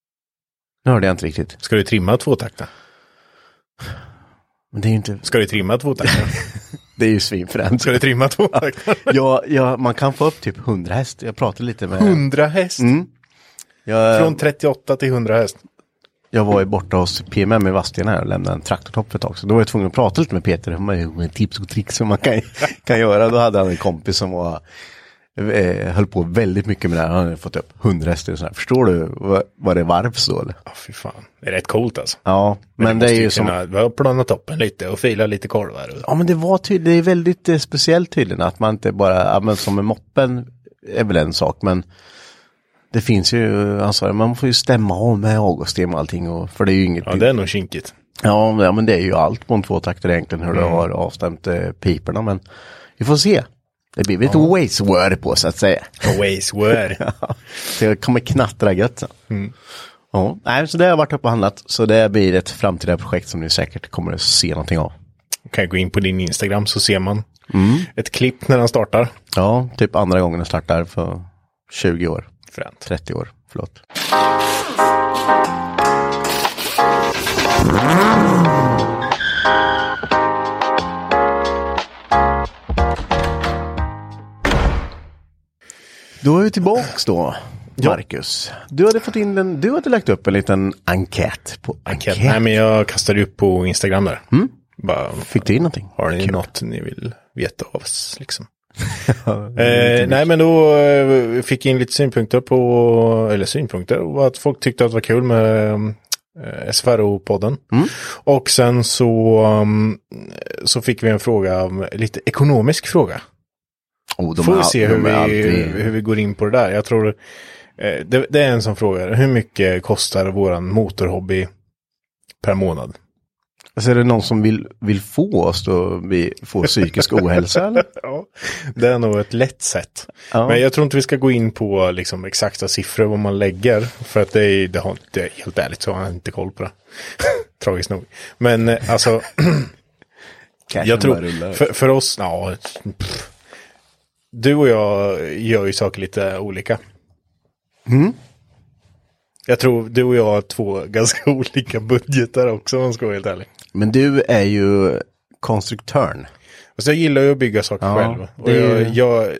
Nu hörde jag inte riktigt. Ska du trimma tvåtakten? Men det är ju inte... Ska du trimma tvåtakten? Det är ju svinfränt. Ska du trimma tvåtakten? ja, ja, man kan få upp typ hundra häst. Jag pratade lite med... hundra häst? Mm. Jag... Från trettioåtta till hundra häst? jag var ju borta hos P M M i Vadstena här och lämnade en traktortopp för ett tag. Så då var jag tvungen att prata lite med Peter om tips och tricks som man kan, kan göra. Då hade han en kompis som var, eh, höll på väldigt mycket med det här. Han hade fått upp hundra hästar och sådär. Förstår du vad, vad det varvs då? Eller? Ja, fy fan. Det är rätt coolt alltså. Ja, men, men det, det är ju som... Vi har planat toppen lite och filat lite korvar. Och... Ja, men det var tydligt. Det är väldigt eh, speciellt tydligen att man inte bara, ja, men som med moppen är väl en sak, men det finns ju, alltså, man får ju stämma av med avgassystem och allting. Och, för det är ju inget... Ja, det är nog kinkigt. Ja, ja, men det är ju allt på en tvåtakter egentligen, hur mm. du har avstämt eh, piperna. Men vi får se. Det blir lite ja. waste-word på så att säga. Waste-word. Ja, så jag kommer knattra gött. Mm. Ja, nej, så det har varit uppe och handlat. Så det blir ett framtida projekt som ni säkert kommer att se någonting av. Kan jag gå in på din Instagram så ser man mm. ett klipp när den startar. Ja, typ andra gången den startar för tjugo år. Fränt. trettio år, förlåt. Då är vi tillbaks då, Marcus. Ja. Du hade fått in den, du hade lagt upp en liten enkät på enkät. Nej, men jag kastade upp på Instagram där. Mm. Bara, fick du in någonting? Har ni Kul. något ni vill veta av oss liksom? eh, nej, men då eh, fick jag in lite synpunkter på, eller synpunkter, och att folk tyckte att det var kul med eh, S F R O-podden. Mm. Och sen så um, så fick vi en fråga, lite ekonomisk fråga. Oh, de Får vi se hur vi, alltid... hur vi går in på det där. Jag tror eh, det, det är en som frågar, hur mycket kostar våran motorhobby per månad? Alltså är det någon som vill, vill få oss då vi får psykisk ohälsa eller? Ja, det är nog ett lätt sätt. Ja. Men jag tror inte vi ska gå in på liksom exakta siffror vad man lägger. För att det är, det har, det är helt ärligt så har jag inte koll på det. Tragiskt nog. Men alltså, jag tror, för, för oss, ja, pff, du och jag gör ju saker lite olika. Mm. Jag tror du och jag har två ganska olika budgetar också, om man ska vara helt ärlig. Men du är ju konstruktören. Alltså jag gillar ju att bygga saker ja, själv. Och det... jag, jag,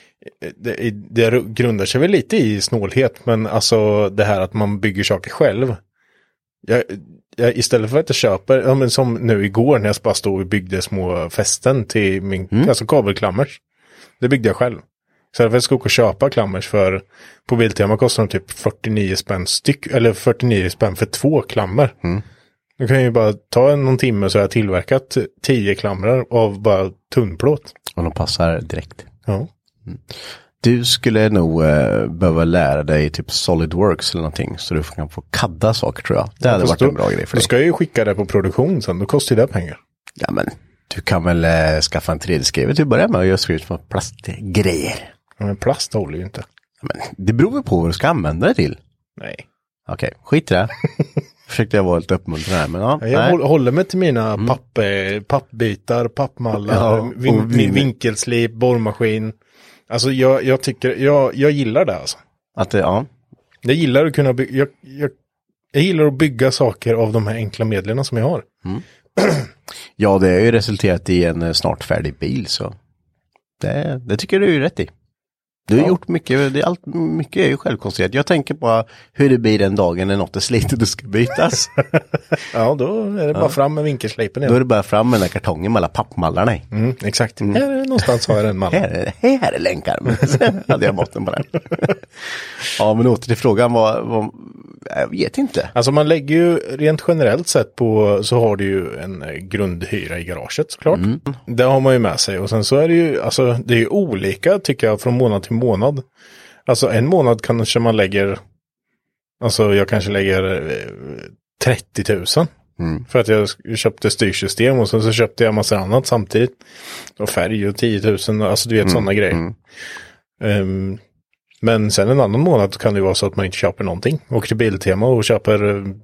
det, det grundar sig väl lite i snålhet, men alltså det här att man bygger saker själv. Jag, jag, istället för att jag köper, ja, men som nu igår när jag bara stod och byggde små fästen till min, mm. alltså kabelklammers. Det byggde jag själv. Så jag ska åka och köpa klammers för, på Biltema kostar de typ fyrtionio spänn styck, eller fyrtionio spänn för två klammer. Mm. Du kan ju bara ta en, någon timme så har jag tillverkat tio klamrar av bara tunnplåt. Och de passar direkt. Ja. Mm. Du skulle nog eh, behöva lära dig typ SolidWorks eller någonting så du kan få kadda saker, tror jag. Det ja, hade varit då, en bra grej för dig. Då ska jag ju skicka det på produktion sen, då kostar det pengar. Ja, men du kan väl eh, skaffa en tre D-skrivare till att börja med och göra skrivit med plastgrejer. Ja, men plast håller ju inte. Men det beror på vad du ska använda det till. Nej. Okej, okay, skit i det. Försökte jag vara lite uppmuntrande här, men ja. Jag nej. håller mig till mina mm. papp, pappbitar, pappmallar, ja, vin, vin, vinkelslip, borrmaskin. Alltså jag, jag tycker, jag, jag gillar det alltså. Att det, ja. Jag gillar att kunna bygga, jag, jag, jag gillar att bygga saker av de här enkla medlen som jag har. Mm. Ja, det har ju resulterat i en snart färdig bil, så det, det tycker du är ju rätt i. Du har ja. gjort mycket, det är allt, mycket är ju självkonstruerat. Jag tänker på hur det blir den dagen när något är slitet och ska bytas. Ja, då är det bara ja. fram med vinkelslipen. Då är det bara fram med den där kartongen med alla pappmallarna i. Mm, exakt. Mm. Här är någonstans har jag en mall. här, här är länkarmen. Hade jag måtten på den. Ja, men åter till frågan var, var, jag vet inte. Alltså man lägger ju rent generellt sett på, så har du ju en grundhyra i garaget såklart. Mm. Det har man ju med sig. Och sen så är det ju, alltså det är ju olika tycker jag från månad till månad. Alltså en månad kanske man lägger, alltså jag kanske lägger trettio tusen. Mm. För att jag köpte styrsystem och sen så köpte jag massa annat samtidigt. Och färg och tio tusen, alltså du vet mm. sådana grejer. Mm. Um, men sen en annan månad kan det vara så att man inte köper någonting. Åker till Biltema och köper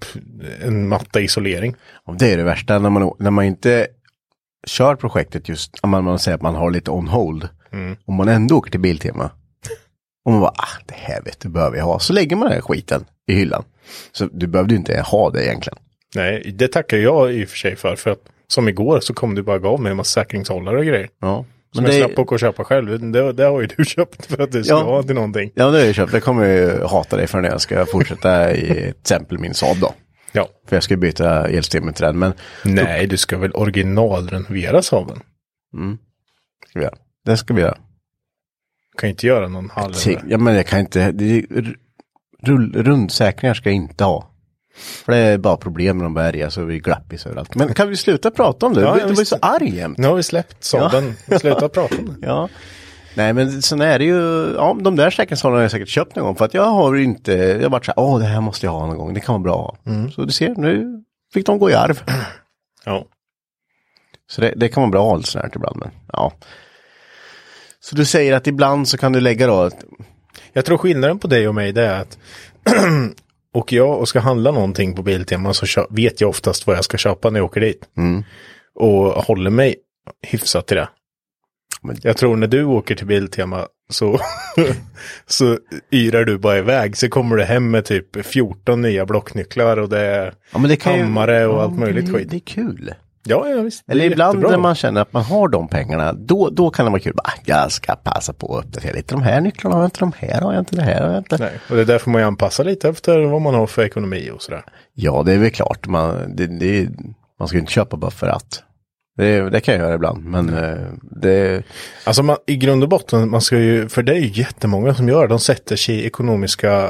en matta isolering. Och det är det värsta när man, när man inte kör projektet just, när man, man säger att man har lite on hold. Mm. Om man ändå åker till Biltema och man bara, ah, det här vet du, behöver jag ha. Så lägger man den här skiten i hyllan. Så du behövde inte ha det egentligen. Nej, det tackar jag i och för sig för. För att som igår så kom du bara gav mig en massa säkringshållare och grejer. Ja. Som men jag det... slapp åka och köpa själv. Det, det har ju du köpt för att du ska ja. ha till någonting. Ja, det har jag köpt. Det kommer jag ju hata dig för när jag ska fortsätta i till exempel min Saab då. Ja. För jag ska byta elsystemet till den. Men nej, då... du ska väl originalrenovera Saaben? Mm. Ska vi göra. Det ska vi göra. Kan inte göra någon halv. Ja, men jag kan inte. Det, rull, rundsäkringar ska jag inte ha. För det är bara problem med de bärgar så vi glappis överallt. Men kan vi sluta prata om det? Ja, du var ju så arg jämt. Nu har vi släppt Saaben. Ja. Sluta prata om det. Ja. Nej, men sen är det ju, ja, de där säkerhetsarna har jag säkert köpt någon gång. För att jag har inte, jag har varit så här, åh, det här måste jag ha någon gång. Det kan vara bra. Mm. Så du ser, nu fick de gå i arv. Ja. Så det, det kan vara bra sån här ibland, men ja. Så du säger att ibland så kan du lägga då. Jag tror skillnaden på dig och mig det är att och jag och ska handla någonting på Biltema så kö- vet jag oftast vad jag ska köpa när jag åker dit. Mm. Och håller mig hyfsat till det. Men jag tror när du åker till Biltema så, så yrar du bara iväg. Så kommer du hem med typ fjorton nya blocknycklar och det är ja, men det kan hammare ju, och ja, allt möjligt det, skit. Det är kul. Ja, ja visst. Eller ibland jättebra. När man känner att man har de pengarna, då, då kan det vara kul. Bara, jag ska passa på att uppdatera lite. De här nycklarna har jag inte, de här har jag inte, det här har jag inte. Nej, och det är därför man ju anpassa lite efter vad man har för ekonomi och sådär. Ja, det är väl klart. Man, det, det, man ska ju inte köpa bara för att. Det, det kan jag göra ibland, men mm. det... Alltså man, i grund och botten, man ska ju, för det är ju jättemånga som gör, de sätter sig i ekonomiska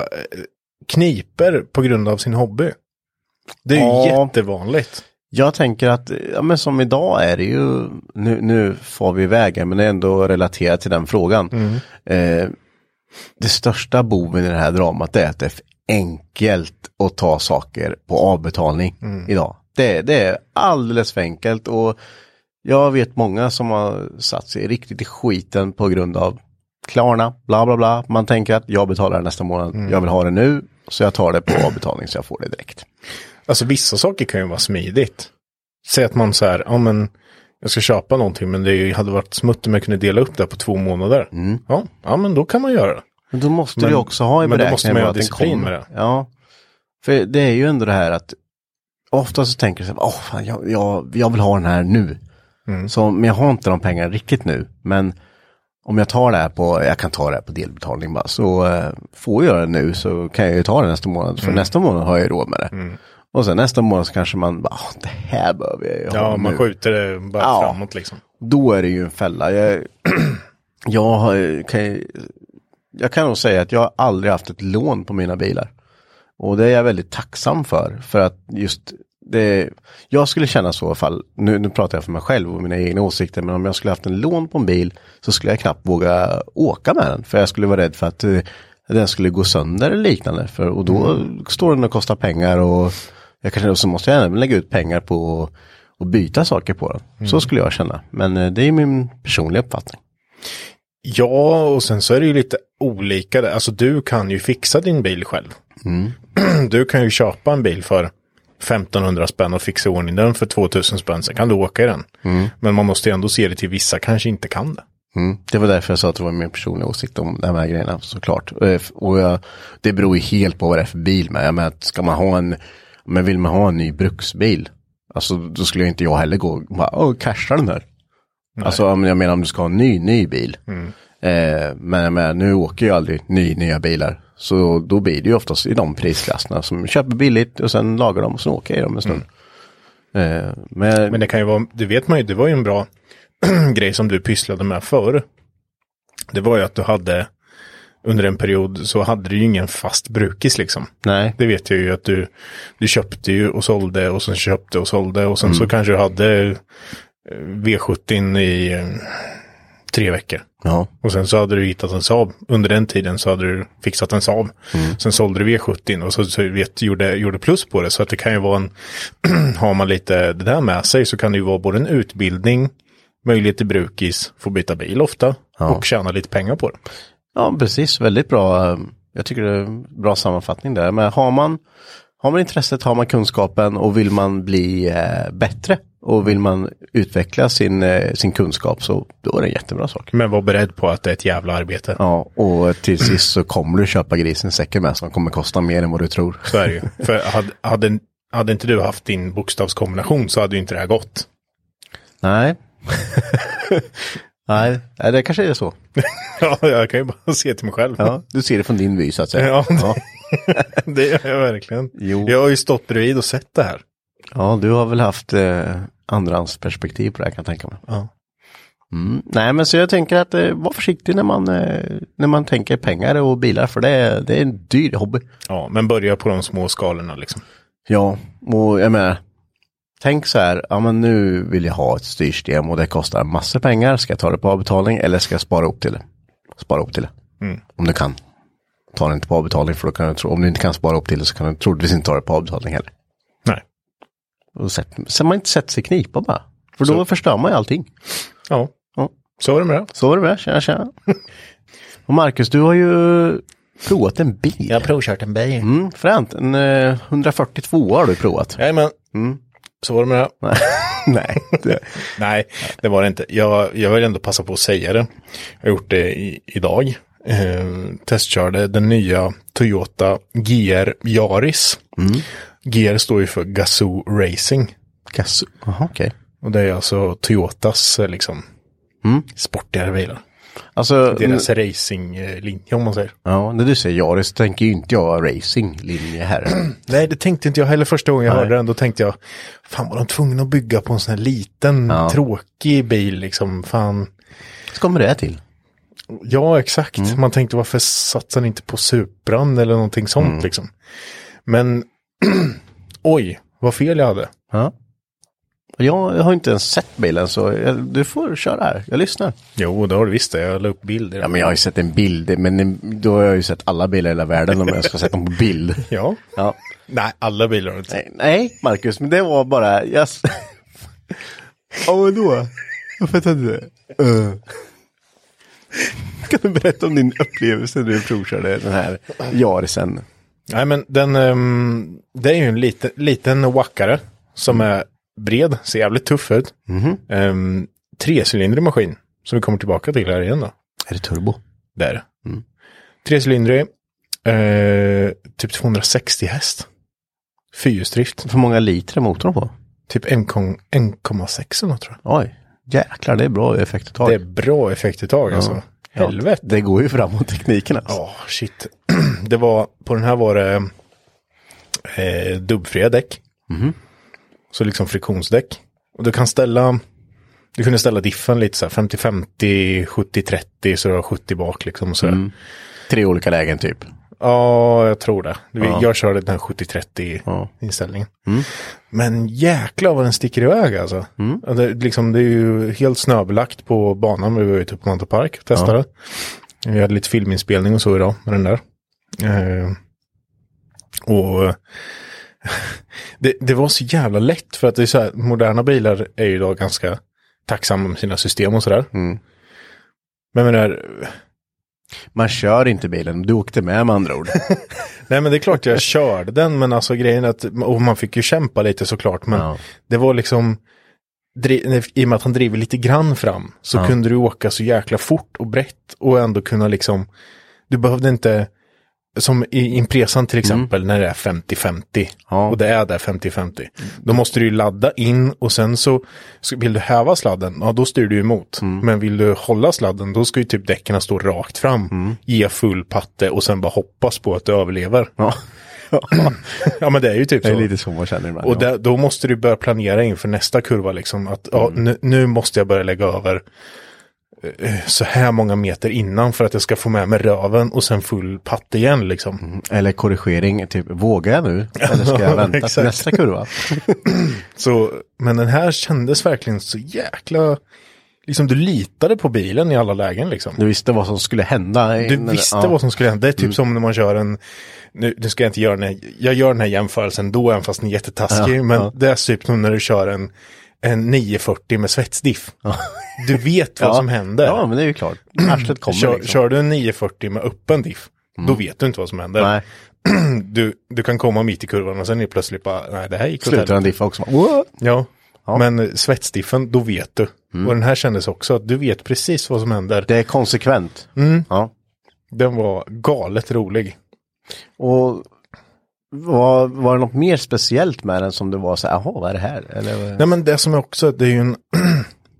kniper på grund av sin hobby. Det är ja. ju jättevanligt. Jag tänker att, ja men som idag är det ju, nu, nu får vi iväg, men det är ändå relaterat till den frågan. Mm. Eh, det största boven i det här dramat är att det är enkelt att ta saker på avbetalning mm. idag. Det, det är alldeles för enkelt och jag vet många som har satt sig riktigt i skiten på grund av Klarna, bla bla bla. Man tänker att jag betalar nästa månad, mm. jag vill ha det nu så jag tar det på avbetalning så jag får det direkt. Alltså vissa saker kan ju vara smidigt. Säg att man så här, ja men jag ska köpa någonting men det hade varit smutt om jag kunde dela upp det på två månader. Mm. Ja, ja, men då kan man göra det. Men då måste men, du också ha i beräkningen. Men då måste man ha disciplin med det. Ja, för det är ju ändå det här att ofta så tänker jag så här, åh fan, jag, jag, jag vill ha den här nu. Mm. Så, men jag har inte de pengarna riktigt nu. Men om jag tar det här på, jag kan ta det här på delbetalning bara. Så uh, får jag det nu så kan jag ju ta det nästa månad. För mm. nästa månad har jag råd med det. Mm. Och sen nästa månad så kanske man bara, det här behöver jag ju ha Ja, nu. man skjuter det bara ja, framåt liksom. Då är det ju en fälla. Jag, jag, har, kan, jag kan nog säga att jag har aldrig haft ett lån på mina bilar. Och det är jag väldigt tacksam för. För att just det, jag skulle känna så i alla fall, nu, nu pratar jag för mig själv och mina egna åsikter, men om jag skulle haft en lån på en bil så skulle jag knappt våga åka med den. För jag skulle vara rädd för att uh, den skulle gå sönder eller liknande. För, och då mm. står den och kostar pengar och jag kanske så måste jag även lägga ut pengar på att byta saker på den. Mm. Så skulle jag känna. Men uh, det är min personliga uppfattning. Ja, och sen så är det ju lite olika. Alltså du kan ju fixa din bil själv. Mm. Du kan ju köpa en bil för femtonhundra spänn och fixa ordning den för tvåtusen spänn. Sen kan du åka i den. Mm. Men man måste ju ändå se det till vissa kanske inte kan det. Mm. Det var därför jag sa att det var min personliga åsikt om de här grejerna såklart. Och jag, det beror ju helt på vad det är för bil med. Jag menar, ska man ha en, men vill man ha en ny bruksbil, alltså då skulle jag inte jag heller gå och bara, åh, casha den här. Nej. Alltså jag menar om du ska ha en ny, ny bil. Mm. Eh, men, men nu åker jag aldrig ny, nya bilar. Så då blir det ju oftast i de prisklasserna som köper billigt och sen lagar dem och så åker jag dem en stund. Mm. Eh, men, men det kan ju vara, det vet man ju, det var ju en bra grej som du pysslade med förr. Det var ju att du hade, under en period så hade du ju ingen fast brukis liksom. Nej. Det vet jag ju att du, du köpte ju och sålde och sen köpte och sålde och sen mm. så kanske du hade V sjuttio i eh, tre veckor. Ja. Och sen så hade du hittat en Saab. Under den tiden så hade du fixat en Saab. Mm. Sen sålde du V sjuttio och så, så vet, gjorde, gjorde plus på det. Så att det kan ju vara en, har man lite det där med sig så kan det ju vara både en utbildning, möjlighet till brukis, få byta bil ofta ja. och tjäna lite pengar på det. Ja, precis. Väldigt bra. Jag tycker det är en bra sammanfattning där. Men har man, har man intresset, har man kunskapen och vill man bli eh, bättre och vill man utveckla sin, eh, sin kunskap så då är det en jättebra sak. Men var beredd på att det är ett jävla arbete. Ja, och till sist så kommer du köpa grisen säcken med som kommer kosta mer än vad du tror. Så är det ju. För hade, hade, hade inte du haft din bokstavskombination så hade ju inte det här gått. Nej. Nej, nej, det kanske är så. Ja, jag kan ju bara se till mig själv. Ja, du ser det från din vy så att säga. Ja, ja. Det gör jag verkligen. Jo. Jag har ju stått bredvid och sett det här. Ja, du har väl haft eh, andrans perspektiv på det här, kan jag tänka mig. Ja. Mm. Nej, men så jag tänker att eh, var försiktig när man, eh, när man tänker pengar och bilar, för det är, det är en dyr hobby. Ja, men börja på de små skalorna liksom. Ja, och jag menar, tänk så här, ja men nu vill jag ha ett styrsystem och det kostar massor pengar. Ska jag ta det på avbetalning eller ska jag spara upp till det? Spara upp till det. Mm. Om du kan. Ta det inte på avbetalning, för då kan du tro, om du inte kan spara upp till det så kan du troligtvis inte ta det på avbetalning heller. Nej. Och sätt, så man inte sätter sig knipa bara. För då Så. förstör man ju allting. Ja, Ja. så var det med det. Så var det med, tjena tjena. Och Marcus, du har ju provat en bil. Jag har provkört en bil. Mm, fränt. En eh, hundrafyrtiotvå har du provat. Jajamän. Mm. Så var det med det. Nej. Det... Nej, det var det inte. Jag, jag vill ändå passa på att säga det. Jag har gjort det i, idag. Eh, testkörde den nya Toyota G R Yaris. Mm. G R står ju för Gazoo Racing. Gazoo, aha, okej. Okay. Och det är alltså Toyotas liksom mm. sportigare bilar. Alltså, deras n- racinglinje om man säger. Ja, när du säger Yaris tänker ju inte jag racinglinje här. Nej, det tänkte inte jag heller första gången jag Nej. hörde den. Då tänkte jag, fan var de tvungna att bygga på en sån här liten, ja. tråkig bil liksom. Fan. Så kommer det till. Ja, exakt. Mm. Man tänkte, varför satsar ni inte på Supran eller någonting sånt mm. liksom. Men, oj, vad fel jag hade. Ja. Jag har inte ens sett bilen, så jag, du får köra här. Jag lyssnar. Jo, det har du visst det. Jag la upp bilder. Ja, men jag har ju sett en bild. Men då har jag ju sett alla bilar i hela världen om jag ska sätta dem på bild. Ja. ja. Nej, alla bilar har du inte. Nej, nej, Marcus, men det var bara... Yes. Ja, men då? Jag fattar inte. Uh. Kan du berätta om din upplevelse när du provkörde den här Yarisen? Nej, men den... Um, det är ju en liten, liten wackare som mm. är bred, ser jävligt tuff ut. Mm-hmm. Um, Trecylindrig maskin som vi kommer tillbaka till här igen då. Är det turbo? Det är det. Mm. Trecylindrig, uh, typ tvåhundrasextio häst. Fyrhjulsdrift. Hur många liter är motorn på? Typ en komma sex eller något, tror jag. Oj, jäklar, det är bra effektuttag. Det är bra effektuttag ja. Alltså. Helvete. Det går ju framåt tekniken alltså. Ja, oh, shit. Det var, på den här var det eh, dubbfria däck. Mm-hmm. Så liksom friktionsdäck. Och du kan ställa, du kunde ställa diffen lite så här femtio femtio, sjuttio trettio, så det var sjuttio bak liksom. Och så mm. Tre olika lägen typ. Ja, jag tror det. Ja. Jag körde den här sjuttio trettio ja. inställningen. Mm. Men jäklar vad den sticker iväg alltså. Mm. Det, liksom, det är ju helt snöbelagt på banan. Vi var ute på Mantorp Park och testade. Ja. Vi hade lite filminspelning och så idag med den där. Eh, och det, det var så jävla lätt, för att det är så här, moderna bilar är ju idag ganska tacksamma med sina system och sådär. Mm. Men med det här, man kör inte bilen, du åkte med med andra ord. Nej, men det är klart jag körde den, men alltså grejen att, och man fick ju kämpa lite såklart, men ja. Det var liksom, i och med att han driver lite grann fram, så ja. Kunde du åka så jäkla fort och brett och ändå kunna liksom, du behövde inte, som i Impresan till exempel, mm. när det är femtio femtio ja. Och det är där femtio femtio, då måste du ju ladda in och sen så, så vill du häva sladden, ja då styr du emot. Mm. Men vill du hålla sladden, då ska ju typ däcken stå rakt fram, mm. ge full patte och sen bara hoppas på att du överlever. Ja. Ja, men det är ju typ så. Det är lite så man känner ibland. Och där, då måste du börja planera inför nästa kurva liksom, att mm. ja, nu, nu måste jag börja lägga över så här många meter innan för att jag ska få med mig röven och sen full patte igen liksom. Mm. Eller korrigering, typ, vågar jag nu? Eller ska jag vänta till nästa kurva? Så, men den här kändes verkligen så jäkla, liksom du litade på bilen i alla lägen liksom. Du visste vad som skulle hända. Du visste ja. vad som skulle hända. Det är typ mm. som när man kör en, nu, nu ska jag inte göra den här, jag gör den här jämförelsen då, även fast den är jättetaskig, ja, men ja. Det är typ som när du kör en en nio fyrtio med svetsdiff. Ja. Du vet vad ja. som händer. Ja, men det är ju klart. Arslet kommer kör, liksom. Kör du en nio fyrtio med öppen diff, mm. då vet du inte vad som händer. Nej. Du, du kan komma mitt i kurvan och sen är plötsligt bara, nej det här gick slutar en diff också. Ja. ja, men svetsdiffen, då vet du. Mm. Och den här kändes också att du vet precis vad som händer. Det är konsekvent. Mm. Ja. Den var galet rolig. Och Var, var det något mer speciellt med den som det var så, jaha, vad är det här? Eller? Nej, men det som är också, det är ju en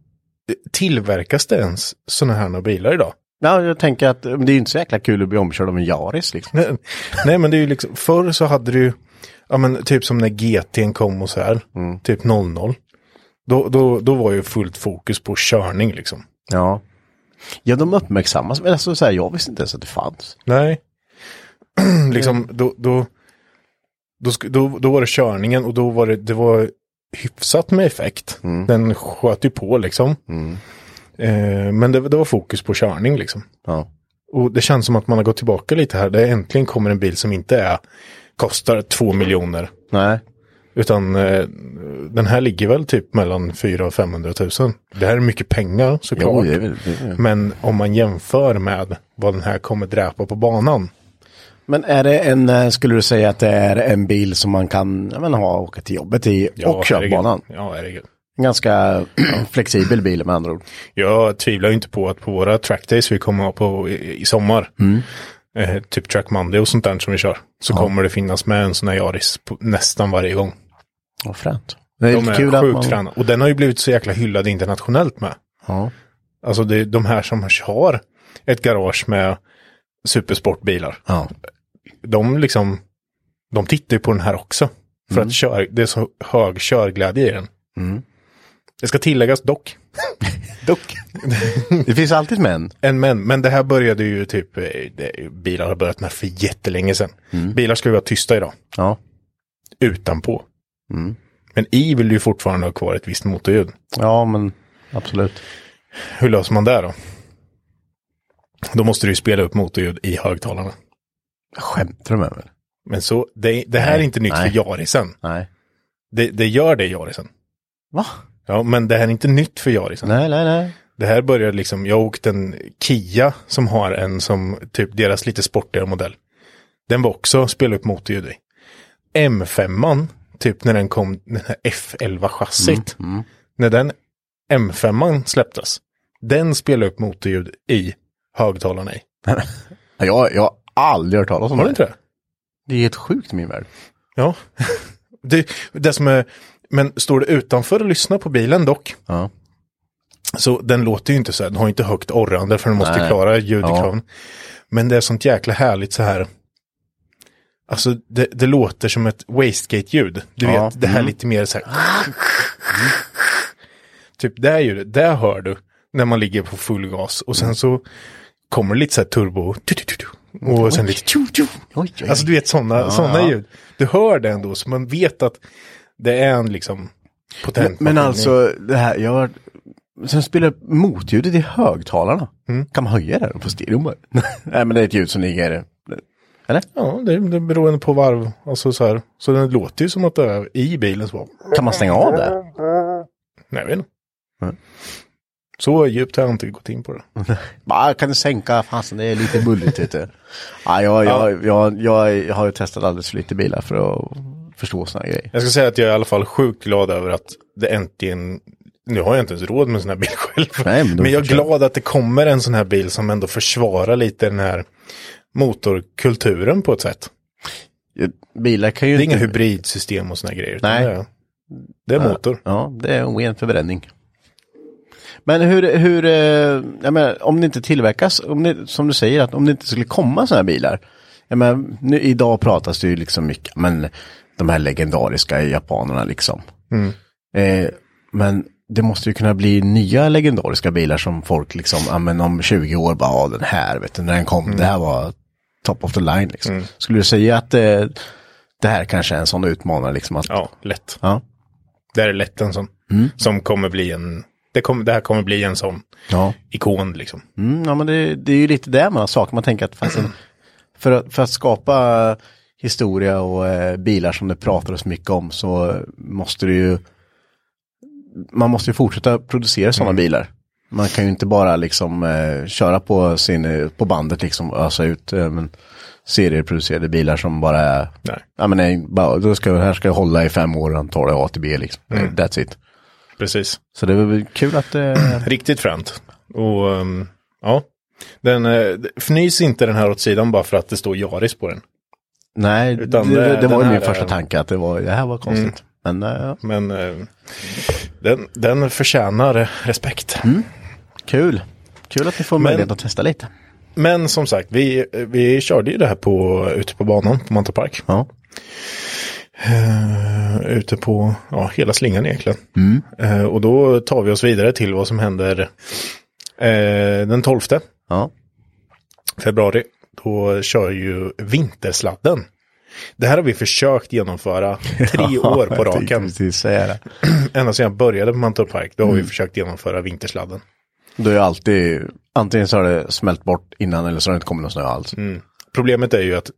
tillverkas det ens såna här bilar idag? Ja, jag tänker att det är ju inte så jäkla kul att bli omkörd av en Yaris liksom. Nej, nej men det är ju liksom, förr så hade du ju, ja men typ som när G T:n kom och så här, mm. typ noll noll. Då, då, då var ju fullt fokus på körning liksom. Ja. Ja, de uppmärksammas, men alltså så här, jag visste inte ens att det fanns. Nej. liksom, då, då, då, då, då var det körningen och då var det, det var hyfsat med effekt. Mm. Den sköt ju på liksom. Mm. Eh, men det, det var fokus på körning liksom. Ja. Och det känns som att man har gått tillbaka lite här. Det äntligen kommer en bil som inte är kostar två miljoner. Nej. Utan eh, den här ligger väl typ mellan fyra och femhundratusen. Det här är mycket pengar såklart. Jo, det är väl, det är. Men om man jämför med vad den här kommer dräpa på banan. Men är det en, skulle du säga att det är en bil som man kan jag menar, ha åka till jobbet i ja, och köra banan? Ja, herregud. En ganska flexibel bil med andra ord. Jag tvivlar ju inte på att på våra trackdays vi kommer ha på i, i sommar. Mm. Eh, typ Track Monday och sånt där som vi kör. Så ja. kommer det finnas med en sån här Yaris på nästan varje gång. Åh, fränt. Det är de är kul sjukt man... fräna. Och den har ju blivit så jäkla hyllad internationellt med. Ja. Alltså det är de här som har ett garage med supersportbilar. Ja. De liksom, de tittar ju på den här också. För mm. att kör, det är så hög körglädje i den. Mm. Det ska tilläggas dock. dock. Det finns alltid män. En män, men det här började ju typ, det, bilar har börjat med för jättelänge sedan. Mm. Bilar ska ju vara tysta idag. Ja. Utanpå. Mm. Men i vill ju fortfarande ha kvar ett visst motorljud. Ja, men absolut. Hur löser man det då? Då måste du ju spela upp motorljud i högtalarna. Skämtar du med mig? Men så, det, det här nej, är inte nytt nej. för Yarisen. Nej. Det, det gör det i Yarisen. Va? Ja, men det här är inte nytt för Yarisen. Nej, nej, nej. Det här började liksom, jag åkte en Kia som har en som typ deras lite sportigare modell. Den var också spela upp motorljud i. M fem, typ när den kom, den här F elva-chassit. Mm, mm. När den M fem släpptes, den spelade upp motorljud i högtalarna i. jag, jag har aldrig hört talas om har det. Har du inte det? Det är helt sjukt i min värld. Ja. det, det som är, men står det utanför och lyssnar på bilen dock. Ja. Så den låter ju inte så här, den har inte högt orrande för den måste Nej. klara ljudkraven. Ja. Men det är sånt jäkla härligt så här. Alltså det, det låter som ett wastegate-ljud. Du ja. vet, det här mm. lite mer så här. Mm. Typ det ljudet, där hör du när man ligger på full gas. Och sen så kommer lite så här turbo. Och sen lite tju, tju. Alltså du vet sådana ja. såna ljud. Du hör det ändå så man vet att det är en liksom potent. Men, men alltså det här, jag har sen spelar motljudet i högtalarna. Mm. Kan man höja det på stereo? Nej, men det är ett ljud som ligger... Eller? Ja, det, det beror på varv. Alltså så här. Så den låter ju som att det är i bilen. Så. Kan man stänga av det? Nej, jag vet inte. Mm. Så djupt har jag inte gått in på det. Bara kan du sänka? Fasen, det är lite bulligt. Vet ja, jag, jag, jag, jag, jag, jag har ju testat alldeles för lite bilar för att förstå såna grejer. Jag ska säga att jag är i alla fall sjukt glad över att det äntligen... Nu har jag inte ens råd med en sån här bil själv. Nej, men, men jag är glad att det kommer en sån här bil som ändå försvarar lite den här motorkulturen på ett sätt. Ja, bilar kan ju det är inte... inga hybridsystem och såna här grejer. Nej. Det är, det är ja, motor. Ja, det är en ren förbränning. Men hur, hur jag menar, om det inte tillverkas, om det, som du säger, att om det inte skulle komma såna här bilar. Jag menar, nu, idag pratas det ju liksom mycket, men de här legendariska japanerna liksom. Mm. Eh, men det måste ju kunna bli nya legendariska bilar som folk liksom, ja men om tjugo år bara, ja den här, vet du, när den kom, mm. det här var top of the line liksom. Mm. Skulle du säga att eh, det här kanske är en sån utmanare liksom? Att, ja, lätt. Ja. Det är lätt en sån, mm. som kommer bli en, det, kommer, det här kommer bli en sån ja. ikon liksom. Mm, ja men det, det är ju lite där man har saker, man tänker att fast en, för, att, för att skapa historia och eh, bilar som det pratades mycket om så måste det ju man måste ju fortsätta producera sådana mm. bilar. Man kan ju inte bara liksom eh, köra på sin på bandet liksom ösa ut eh, men serieproducerade bilar som bara är nej. Ja men nej, bara då ska här ska jag hålla i fem år och ta det A till B liksom. Mm. That's it. Precis. Så det var väl kul att eh... riktigt fränt. Och um, ja, den eh, fnys inte den här åt sidan bara för att det står Yaris på den. Nej, utan det, det, det var ju min här, första tanke att det var det här var konstigt. Men, uh, Men uh, den, den förtjänar respekt. Mm. Kul. Kul att ni får möjlighet att testa lite. Men som sagt, vi, vi körde ju det här på, ute på banan på Mantorp Park. Ja. Uh, ute på ja, hela slingan egentligen. Mm. Uh, och då tar vi oss vidare till vad som händer uh, den tolfte Ja. februari. Då kör ju vintersladden. Det här har vi försökt genomföra tre år på raken. Precis, säga det. Ända sedan jag började på Mantorp Park, då har Mm. vi försökt genomföra vintersladden. Då är alltid, antingen så har det smält bort innan eller så har det inte kommit någon snö alls. Mm. Problemet är ju att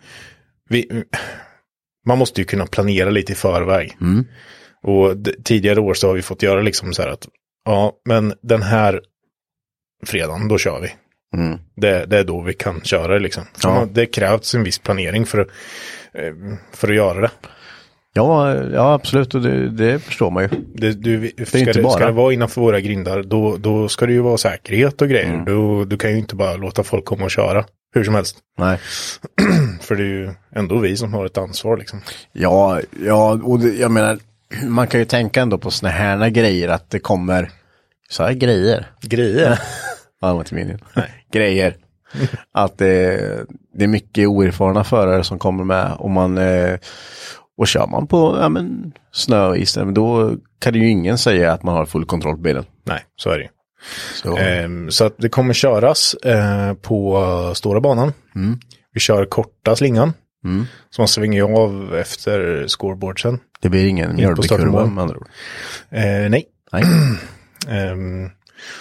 vi, man måste ju kunna planera lite i förväg. Mm. Och d- tidigare år så har vi fått göra liksom så här att ja, men den här fredagen, då kör vi. Mm. Det, det är då vi kan köra det liksom. Så Ja. man, det krävs en viss planering för, eh, för att göra det. Ja, ja absolut. Och det, det förstår man ju. Det, du, ska, inte det, bara. ska det vara innanför våra grindar, då, då ska det ju vara säkerhet och grejer. Mm. Du, du kan ju inte bara låta folk komma och köra hur som helst. Nej. För det är ju ändå vi som har ett ansvar liksom. Ja, ja och det, jag menar, man kan ju tänka ändå på såna här grejer att det kommer, så här grejer. Grejer? Ja, det var inte meningen. Grejer. Att det, det är mycket oerfarna förare som kommer med och man eh, och kör man på ja, men, snö och is, då kan det ju ingen säga att man har full kontroll på bilen. Nej, så är det ju. Så, Ehm, så att det kommer köras eh, på stora banan. Mm. Vi kör korta slingan. Mm. Så man svänger av efter scoreboardsen. det blir ingen mjölbekurva med andra ord. Eh, nej. Nej. Ehm,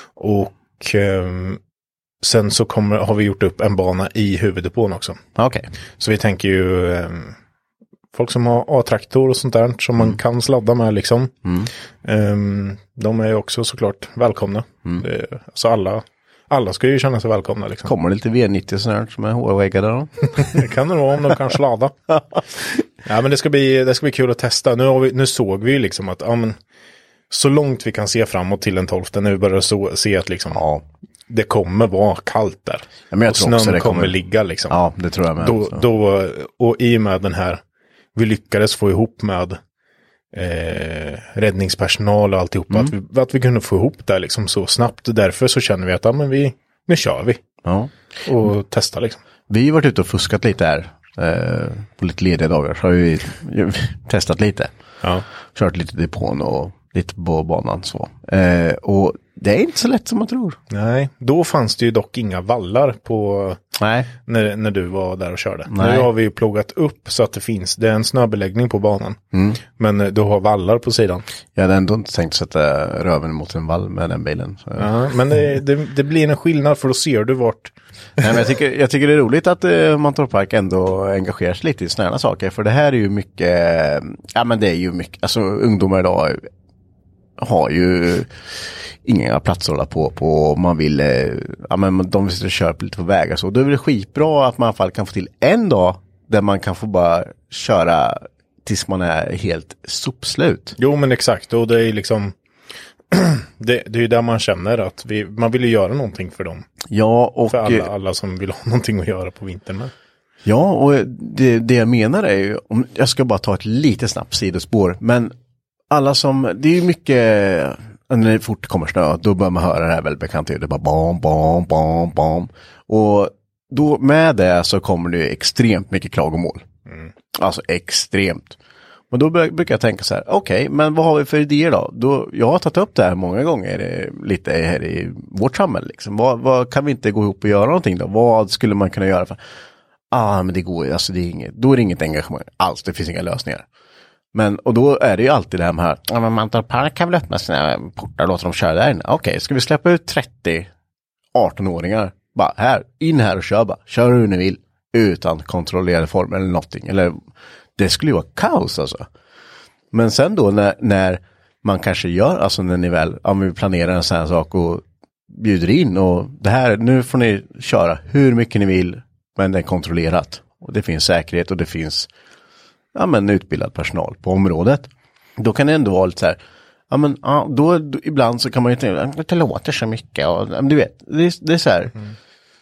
och ehm, sen så kommer, har vi gjort upp en bana i huvuddepån också. Okej. Så vi tänker ju ehm, folk som har A-traktor och sånt där som man Mm. kan sladda med liksom. Mm. Ehm, de är ju också såklart välkomna. Mm. Det, alltså alla, alla ska ju känna sig välkomna liksom. Kommer det lite V nittio sån här som är hårväggade då? Det kan det vara om de kan sladda. Ja, men det ska bli, det ska bli kul att testa. Nu, har vi, nu såg vi ju liksom att ja, men, så långt vi kan se framåt till den tolfte när vi börjar så, se att liksom, Ja. det kommer vara kallt där. Ja, men jag och tror snön också det kommer... kommer ligga liksom. Ja, det tror jag med. Då, också. då, och i och med den här, vi lyckades få ihop med eh, räddningspersonal och alltihopa, Mm. att, vi, att vi kunde få ihop det liksom så snabbt. Därför så känner vi att ja, men vi, nu kör vi Ja. och Mm. testar liksom. Vi har varit ute och fuskat lite här. Eh, på lite lediga dagar så har vi ju testat lite. Ja. Kört lite depån och lite på banan så. Eh, och det är inte så lätt som man tror. Nej, då fanns det ju dock inga vallar på Nej. när, när du var där och körde. Nej. Nu har vi ju plogat upp så att det finns, det är en snöbeläggning på banan. Mm. Men eh, du har vallar på sidan. Jag hade ändå inte tänkt sätta röven mot en vall med den bilen. Så. Ja, men det, det, det blir en skillnad för då ser du vart. Nej, men jag, tycker, jag tycker det är roligt att eh, Mantorp Park ändå engagerar sig lite i såna här saker. För det här är ju mycket, ja men det är ju mycket, alltså ungdomar idag har ju inga platser att hålla på på. Man vill, eh, ja men de vill köra lite på vägar så. Då är det skitbra att man i alla fall kan få till en dag där man kan få bara köra tills man är helt sopslut. Jo men exakt, och det är liksom det, det är ju där man känner att vi, man vill ju göra någonting för dem. Ja, och För alla, alla som vill ha någonting att göra på vintern med. ja, och det, det jag menar är ju, om jag ska bara ta ett lite snabbt sidospår, men alla som, det är ju mycket, när det fort kommer snö, då börjar man höra det här väldigt bekant, det är bara bam, bam, bam, bam. Och då med det så kommer det ju extremt mycket klagomål. Mm. Alltså extremt. Och då brukar jag tänka så här, okej, okay, men vad har vi för idéer då? då? Jag har tagit upp det här många gånger eh, lite här i vårt samhälle. Liksom. Vad, vad kan vi inte gå ihop och göra någonting då? Vad skulle man kunna göra? för? Ah, men det går ju, alltså det är inget, då är det inget engagemang alls, det finns inga lösningar. Men, och då är det ju alltid det här med, ja men Mantorp Park kan väl öppna sina portar och låta dem köra där inne. Okej, okay, ska vi släppa ut trettio arton-åringar? Bara här, in här och kör bara. Kör hur ni vill. Utan kontrollerade former eller någonting. Eller, det skulle ju vara kaos alltså. Men sen då när, när man kanske gör, alltså när ni väl, om vi planerar en sån här sak och bjuder in och det här, nu får ni köra hur mycket ni vill, men det är kontrollerat. Och det finns säkerhet och det finns ja, men utbildad personal på området. Då kan det ändå vara lite så här, ja men ja, då, då ibland så kan man ju tänka, det låter så mycket och du vet, det, det är så här. Mm.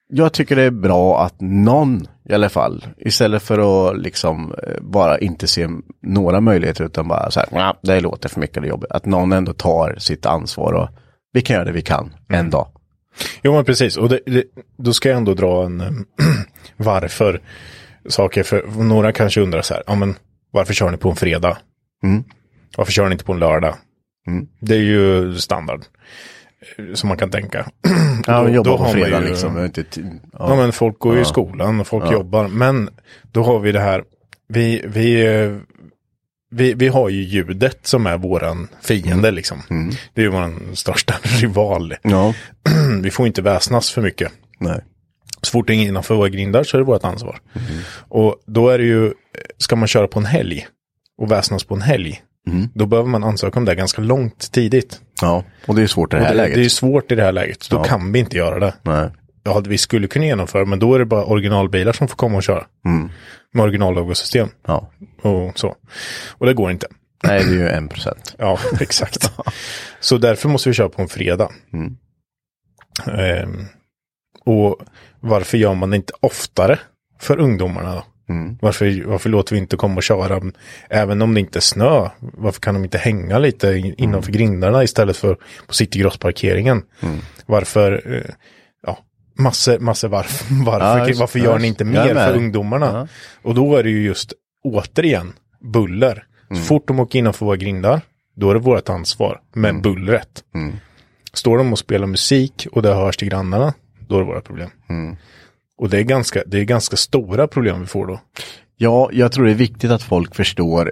jag tycker det är bra att någon i alla fall, istället för att liksom bara inte se några möjligheter utan bara så här, det låter för mycket det jobbet. Att någon ändå tar sitt ansvar och vi kan göra det vi kan en mm. dag. Jo men precis, och det, det, då ska jag ändå dra en varför saker, för några kanske undrar så här, ja men varför kör ni på en fredag? Mm. Varför kör ni inte på en lördag? Mm. Det är ju standard som man kan tänka. Ja, men jobbar då på fredag ju, liksom. Inte t- ja. ja, men folk går ju ja. i skolan och folk ja. jobbar. Men då har vi det här, vi, vi, vi, vi har ju ljudet som är våran fiende mm. liksom. Mm. Det är ju våran största rival. Ja. Vi får inte väsnas för mycket. Nej. Så fort det är innanför våra grindar så är det vårt ansvar. Mm. Och då är det ju, ska man köra på en helg och väsnas på en helg, mm. då behöver man ansöka om det ganska långt tidigt. Ja, och det är svårt i det här det, läget. Det är svårt i det här läget, så då ja. kan vi inte göra det. Nej. Ja, vi skulle kunna genomföra, men då är det bara originalbilar som får komma och köra. Mm. Med originallogosystem. Ja. Och så. Och det går inte. Nej, det är ju en procent. Ja, exakt. Så därför måste vi köra på en fredag. Mm. Ehm, och varför gör man det inte oftare för ungdomarna då? Mm. Varför, varför låter vi inte komma och köra även om det inte är snö? Varför kan de inte hänga lite innanför mm. grindarna istället för på citygrossparkeringen? Mm. Varför, eh, ja, massor, massor varför, varför, ja, just, varför gör ni inte mer för ungdomarna? Ja. Och då är det ju just återigen buller. Mm. Så fort de åker innanför våra grindar, då är det vårt ansvar med mm. bullret. Mm. Står de och spelar musik och det hörs till grannarna, då är det våra problem. Mm. Och det är, ganska, det är ganska stora problem vi får då. Ja, jag tror det är viktigt att folk förstår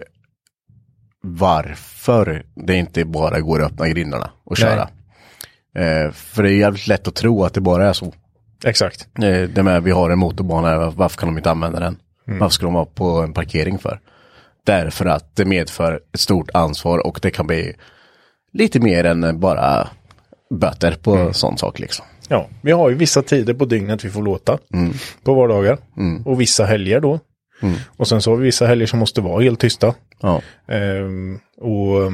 varför det inte bara går att öppna grindarna och köra. Eh, för det är jävligt lätt att tro att det bara är så. Exakt. Eh, det med vi har en motorbana, varför kan de inte använda den? Mm. Varför ska de vara på en parkering för? Därför att det medför ett stort ansvar och det kan bli lite mer än bara böter på mm. sån sak liksom. Ja, vi har ju vissa tider på dygnet vi får låta mm. på vardagar mm. och vissa helger då. Mm. Och sen så har vi vissa helger som måste vara helt tysta. Ja. Ehm, och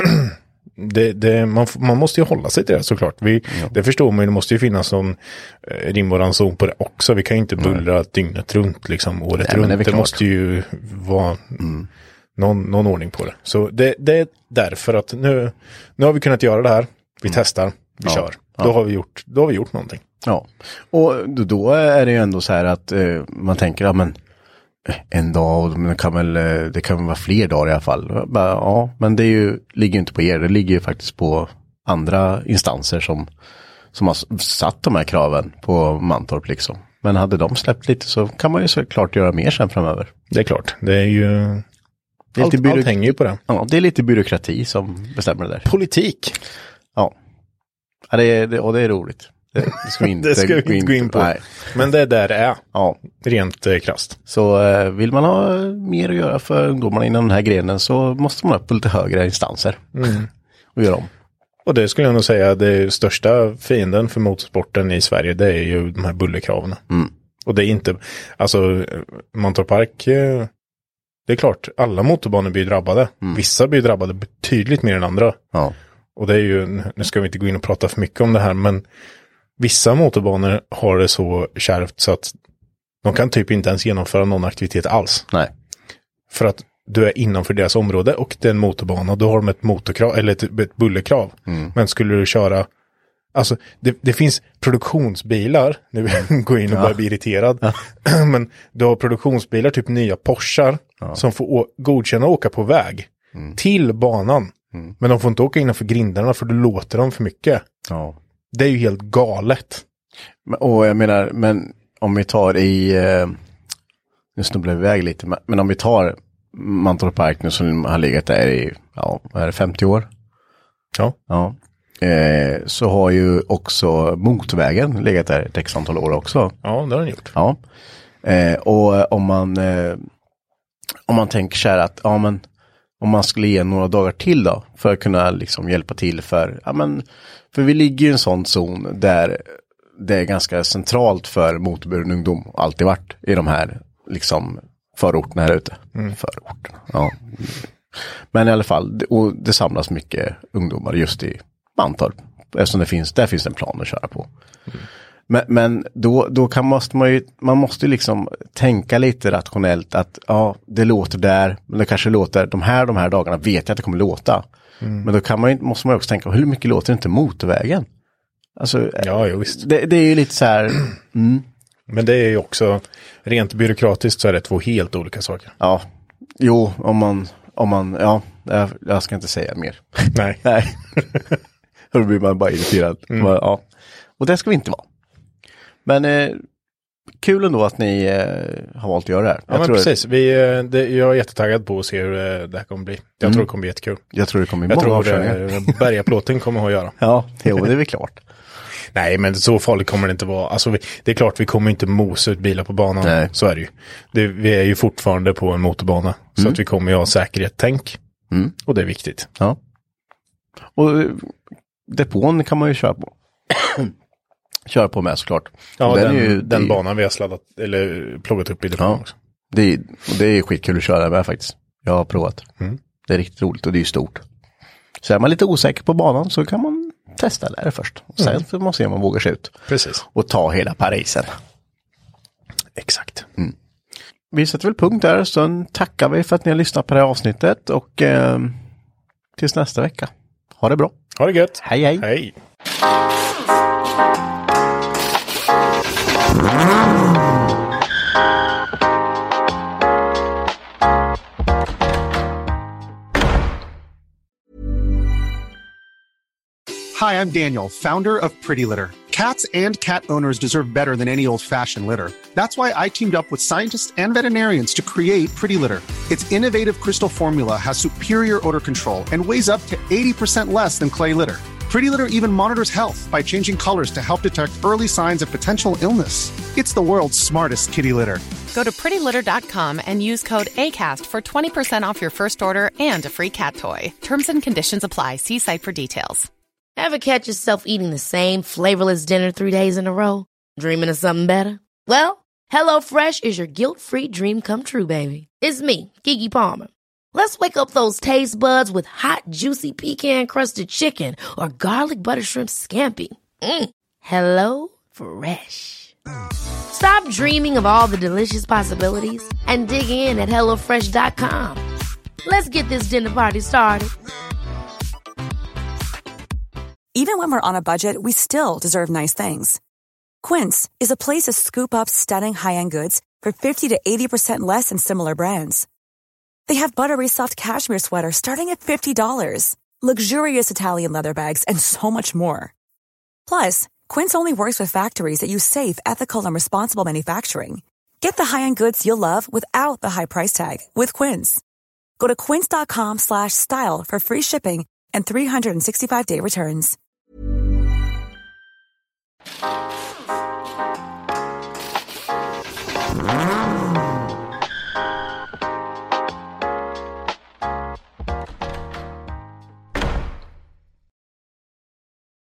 det, det, man, man måste ju hålla sig till det såklart. Vi, ja. Det förstår man ju, det måste ju finnas någon eh, rim och ranson på det också. Vi kan ju inte bullra Nej. dygnet runt liksom, året Nej, runt. Det, det måste ju vara mm. någon, någon ordning på det. Så det, det är därför att nu, nu har vi kunnat göra det här. Vi mm. testar, vi ja. kör. Då, ja. har vi gjort, då har vi gjort någonting. Ja, och då är det ju ändå så här att eh, man tänker, ja men en dag, men det kan väl, det kan vara fler dagar i alla fall. Ja, men det är ju, ligger ju inte på er, det ligger ju faktiskt på andra instanser som, som har satt de här kraven på Mantorp liksom. Men hade de släppt lite så kan man ju såklart göra mer sen framöver. Det är klart, det är ju... Det är allt, byråk- allt hänger ju på det. Ja, det är lite byråkrati som bestämmer det där. Politik. Ja, ja det är, det, och det är roligt. Det, det ska vi inte, det ska vi inte gå in på. Nej. Men det är där det är. Ja. Rent eh, krasst. Så eh, vill man ha mer att göra för ungdomarna inom den här grenen så måste man upp på lite högre instanser. Mm. Och göra om. Och det skulle jag nog säga, det största fienden för motorsporten i Sverige, det är ju de här bullerkraven. Mm. Och det är inte, alltså Mantorp Park, eh, det är klart, alla motorbanor blir drabbade. Mm. Vissa blir drabbade betydligt mer än andra. Ja. Och det är ju, nu ska vi inte gå in och prata för mycket om det här, men vissa motorbanor har det så kärvt så att de kan typ inte ens genomföra någon aktivitet alls. Nej. För att du är innanför deras område och det är en motorbana, då har de ett motorkrav, eller ett, ett bullerkrav. Mm. Men skulle du köra, alltså det, det finns produktionsbilar, nu går in och ja. börjar bli irriterad, ja. men du har produktionsbilar, typ nya Porschar, ja. som får å- godkänna att åka på väg mm. till banan. Mm. Men de får inte åka innanför grindarna för då låter de för mycket. Ja. Det är ju helt galet. Och jag menar, men om vi tar i, eh, nu snubblar vi iväg lite, men, men om vi tar Mantorp Park nu som har legat där i, ja, vad är det, femtio år? Ja. Ja. Eh, så har ju också motorvägen legat där ett x antal år också. Ja, det har den gjort. Ja. Eh, och om man, eh, om man tänker så här att, ja men, om man skulle ge några dagar till då för att kunna liksom hjälpa till för, ja men, för vi ligger ju i en sån zon där det är ganska centralt för motorburen ungdom, alltid varit i de här liksom förorterna här ute. Mm. Förorterna, ja. Men i alla fall, och det samlas mycket ungdomar just i Mantorp, eftersom det finns, där finns en plan att köra på. Men, men då, då kan, måste man ju, man måste ju liksom tänka lite rationellt att ja, det låter där, men det kanske låter, de här, de här dagarna vet jag att det kommer låta. Mm. Men då kan man ju, måste man ju också tänka, hur mycket låter inte motorvägen? Alltså, ja, jo, visst. Det, det är ju lite så här... Mm. Men det är ju också, rent byråkratiskt så är det två helt olika saker. Ja, jo, om man, om man, ja, jag, jag ska inte säga mer. Nej. Nej. Då blir man bara irriterad. Mm. Ja. Och det ska vi inte vara. Men eh, kul ändå att ni eh, har valt att göra det här. Ja, jag men tror precis. Vi, det, jag är jättetaggad på att se hur det här kommer bli. Jag mm. tror det kommer bli jättekul. Jag tror det kommer bli många många avkörningar. Bergaplåten kommer att ha att göra. Ja, jo, det är väl klart. Nej, men så farligt kommer det inte vara. Alltså, vi, det är klart vi kommer inte mosa ut bilar på banan. Nej. Så är det ju. Det, vi är ju fortfarande på en motorbana. Mm. Så att vi kommer ju ha säkerhetstänk. Mm. Och det är viktigt. Ja. Och depån kan man ju köra på. köra på med såklart. Ja, den, den, är ju, den banan vi har sladdat eller pluggat upp i depån ja. också. Det är, och det är skitkul att köra med faktiskt. Jag har provat. Mm. Det är riktigt roligt och det är ju stort. Så är man lite osäker på banan så kan man testa där först. Sen mm. får man se om man vågar sig ut. Precis. Och ta hela Parisen. Exakt. Mm. Vi sätter väl punkt där. Sen tackar vi för att ni har lyssnat på det här avsnittet. Och eh, tills nästa vecka. Ha det bra. Ha det gött. Hej hej. Hej. Hi, I'm Daniel, founder of Pretty Litter. Cats and cat owners deserve better than any old-fashioned litter. That's why I teamed up with scientists and veterinarians to create Pretty Litter. Its innovative crystal formula has superior odor control and weighs up to eighty percent less than clay litter. Pretty Litter even monitors health by changing colors to help detect early signs of potential illness. It's the world's smartest kitty litter. Go to pretty litter dot com and use code ACAST for twenty percent off your first order and a free cat toy. Terms and conditions apply. See site for details. Ever catch yourself eating the same flavorless dinner three days in a row? Dreaming of something better? Well, HelloFresh is your guilt-free dream come true, baby. It's me, Keke Palmer. Let's wake up those taste buds with hot, juicy pecan-crusted chicken or garlic butter shrimp scampi. Mm. Hello Fresh. Stop dreaming of all the delicious possibilities and dig in at hello fresh dot com. Let's get this dinner party started. Even when we're on a budget, we still deserve nice things. Quince is a place to scoop up stunning high-end goods for fifty to eighty percent less than similar brands. They have buttery soft cashmere sweaters starting at fifty dollars, luxurious Italian leather bags, and so much more. Plus, Quince only works with factories that use safe, ethical, and responsible manufacturing. Get the high-end goods you'll love without the high price tag with Quince. Go to quince dot com slash style for free shipping and three sixty-five day returns.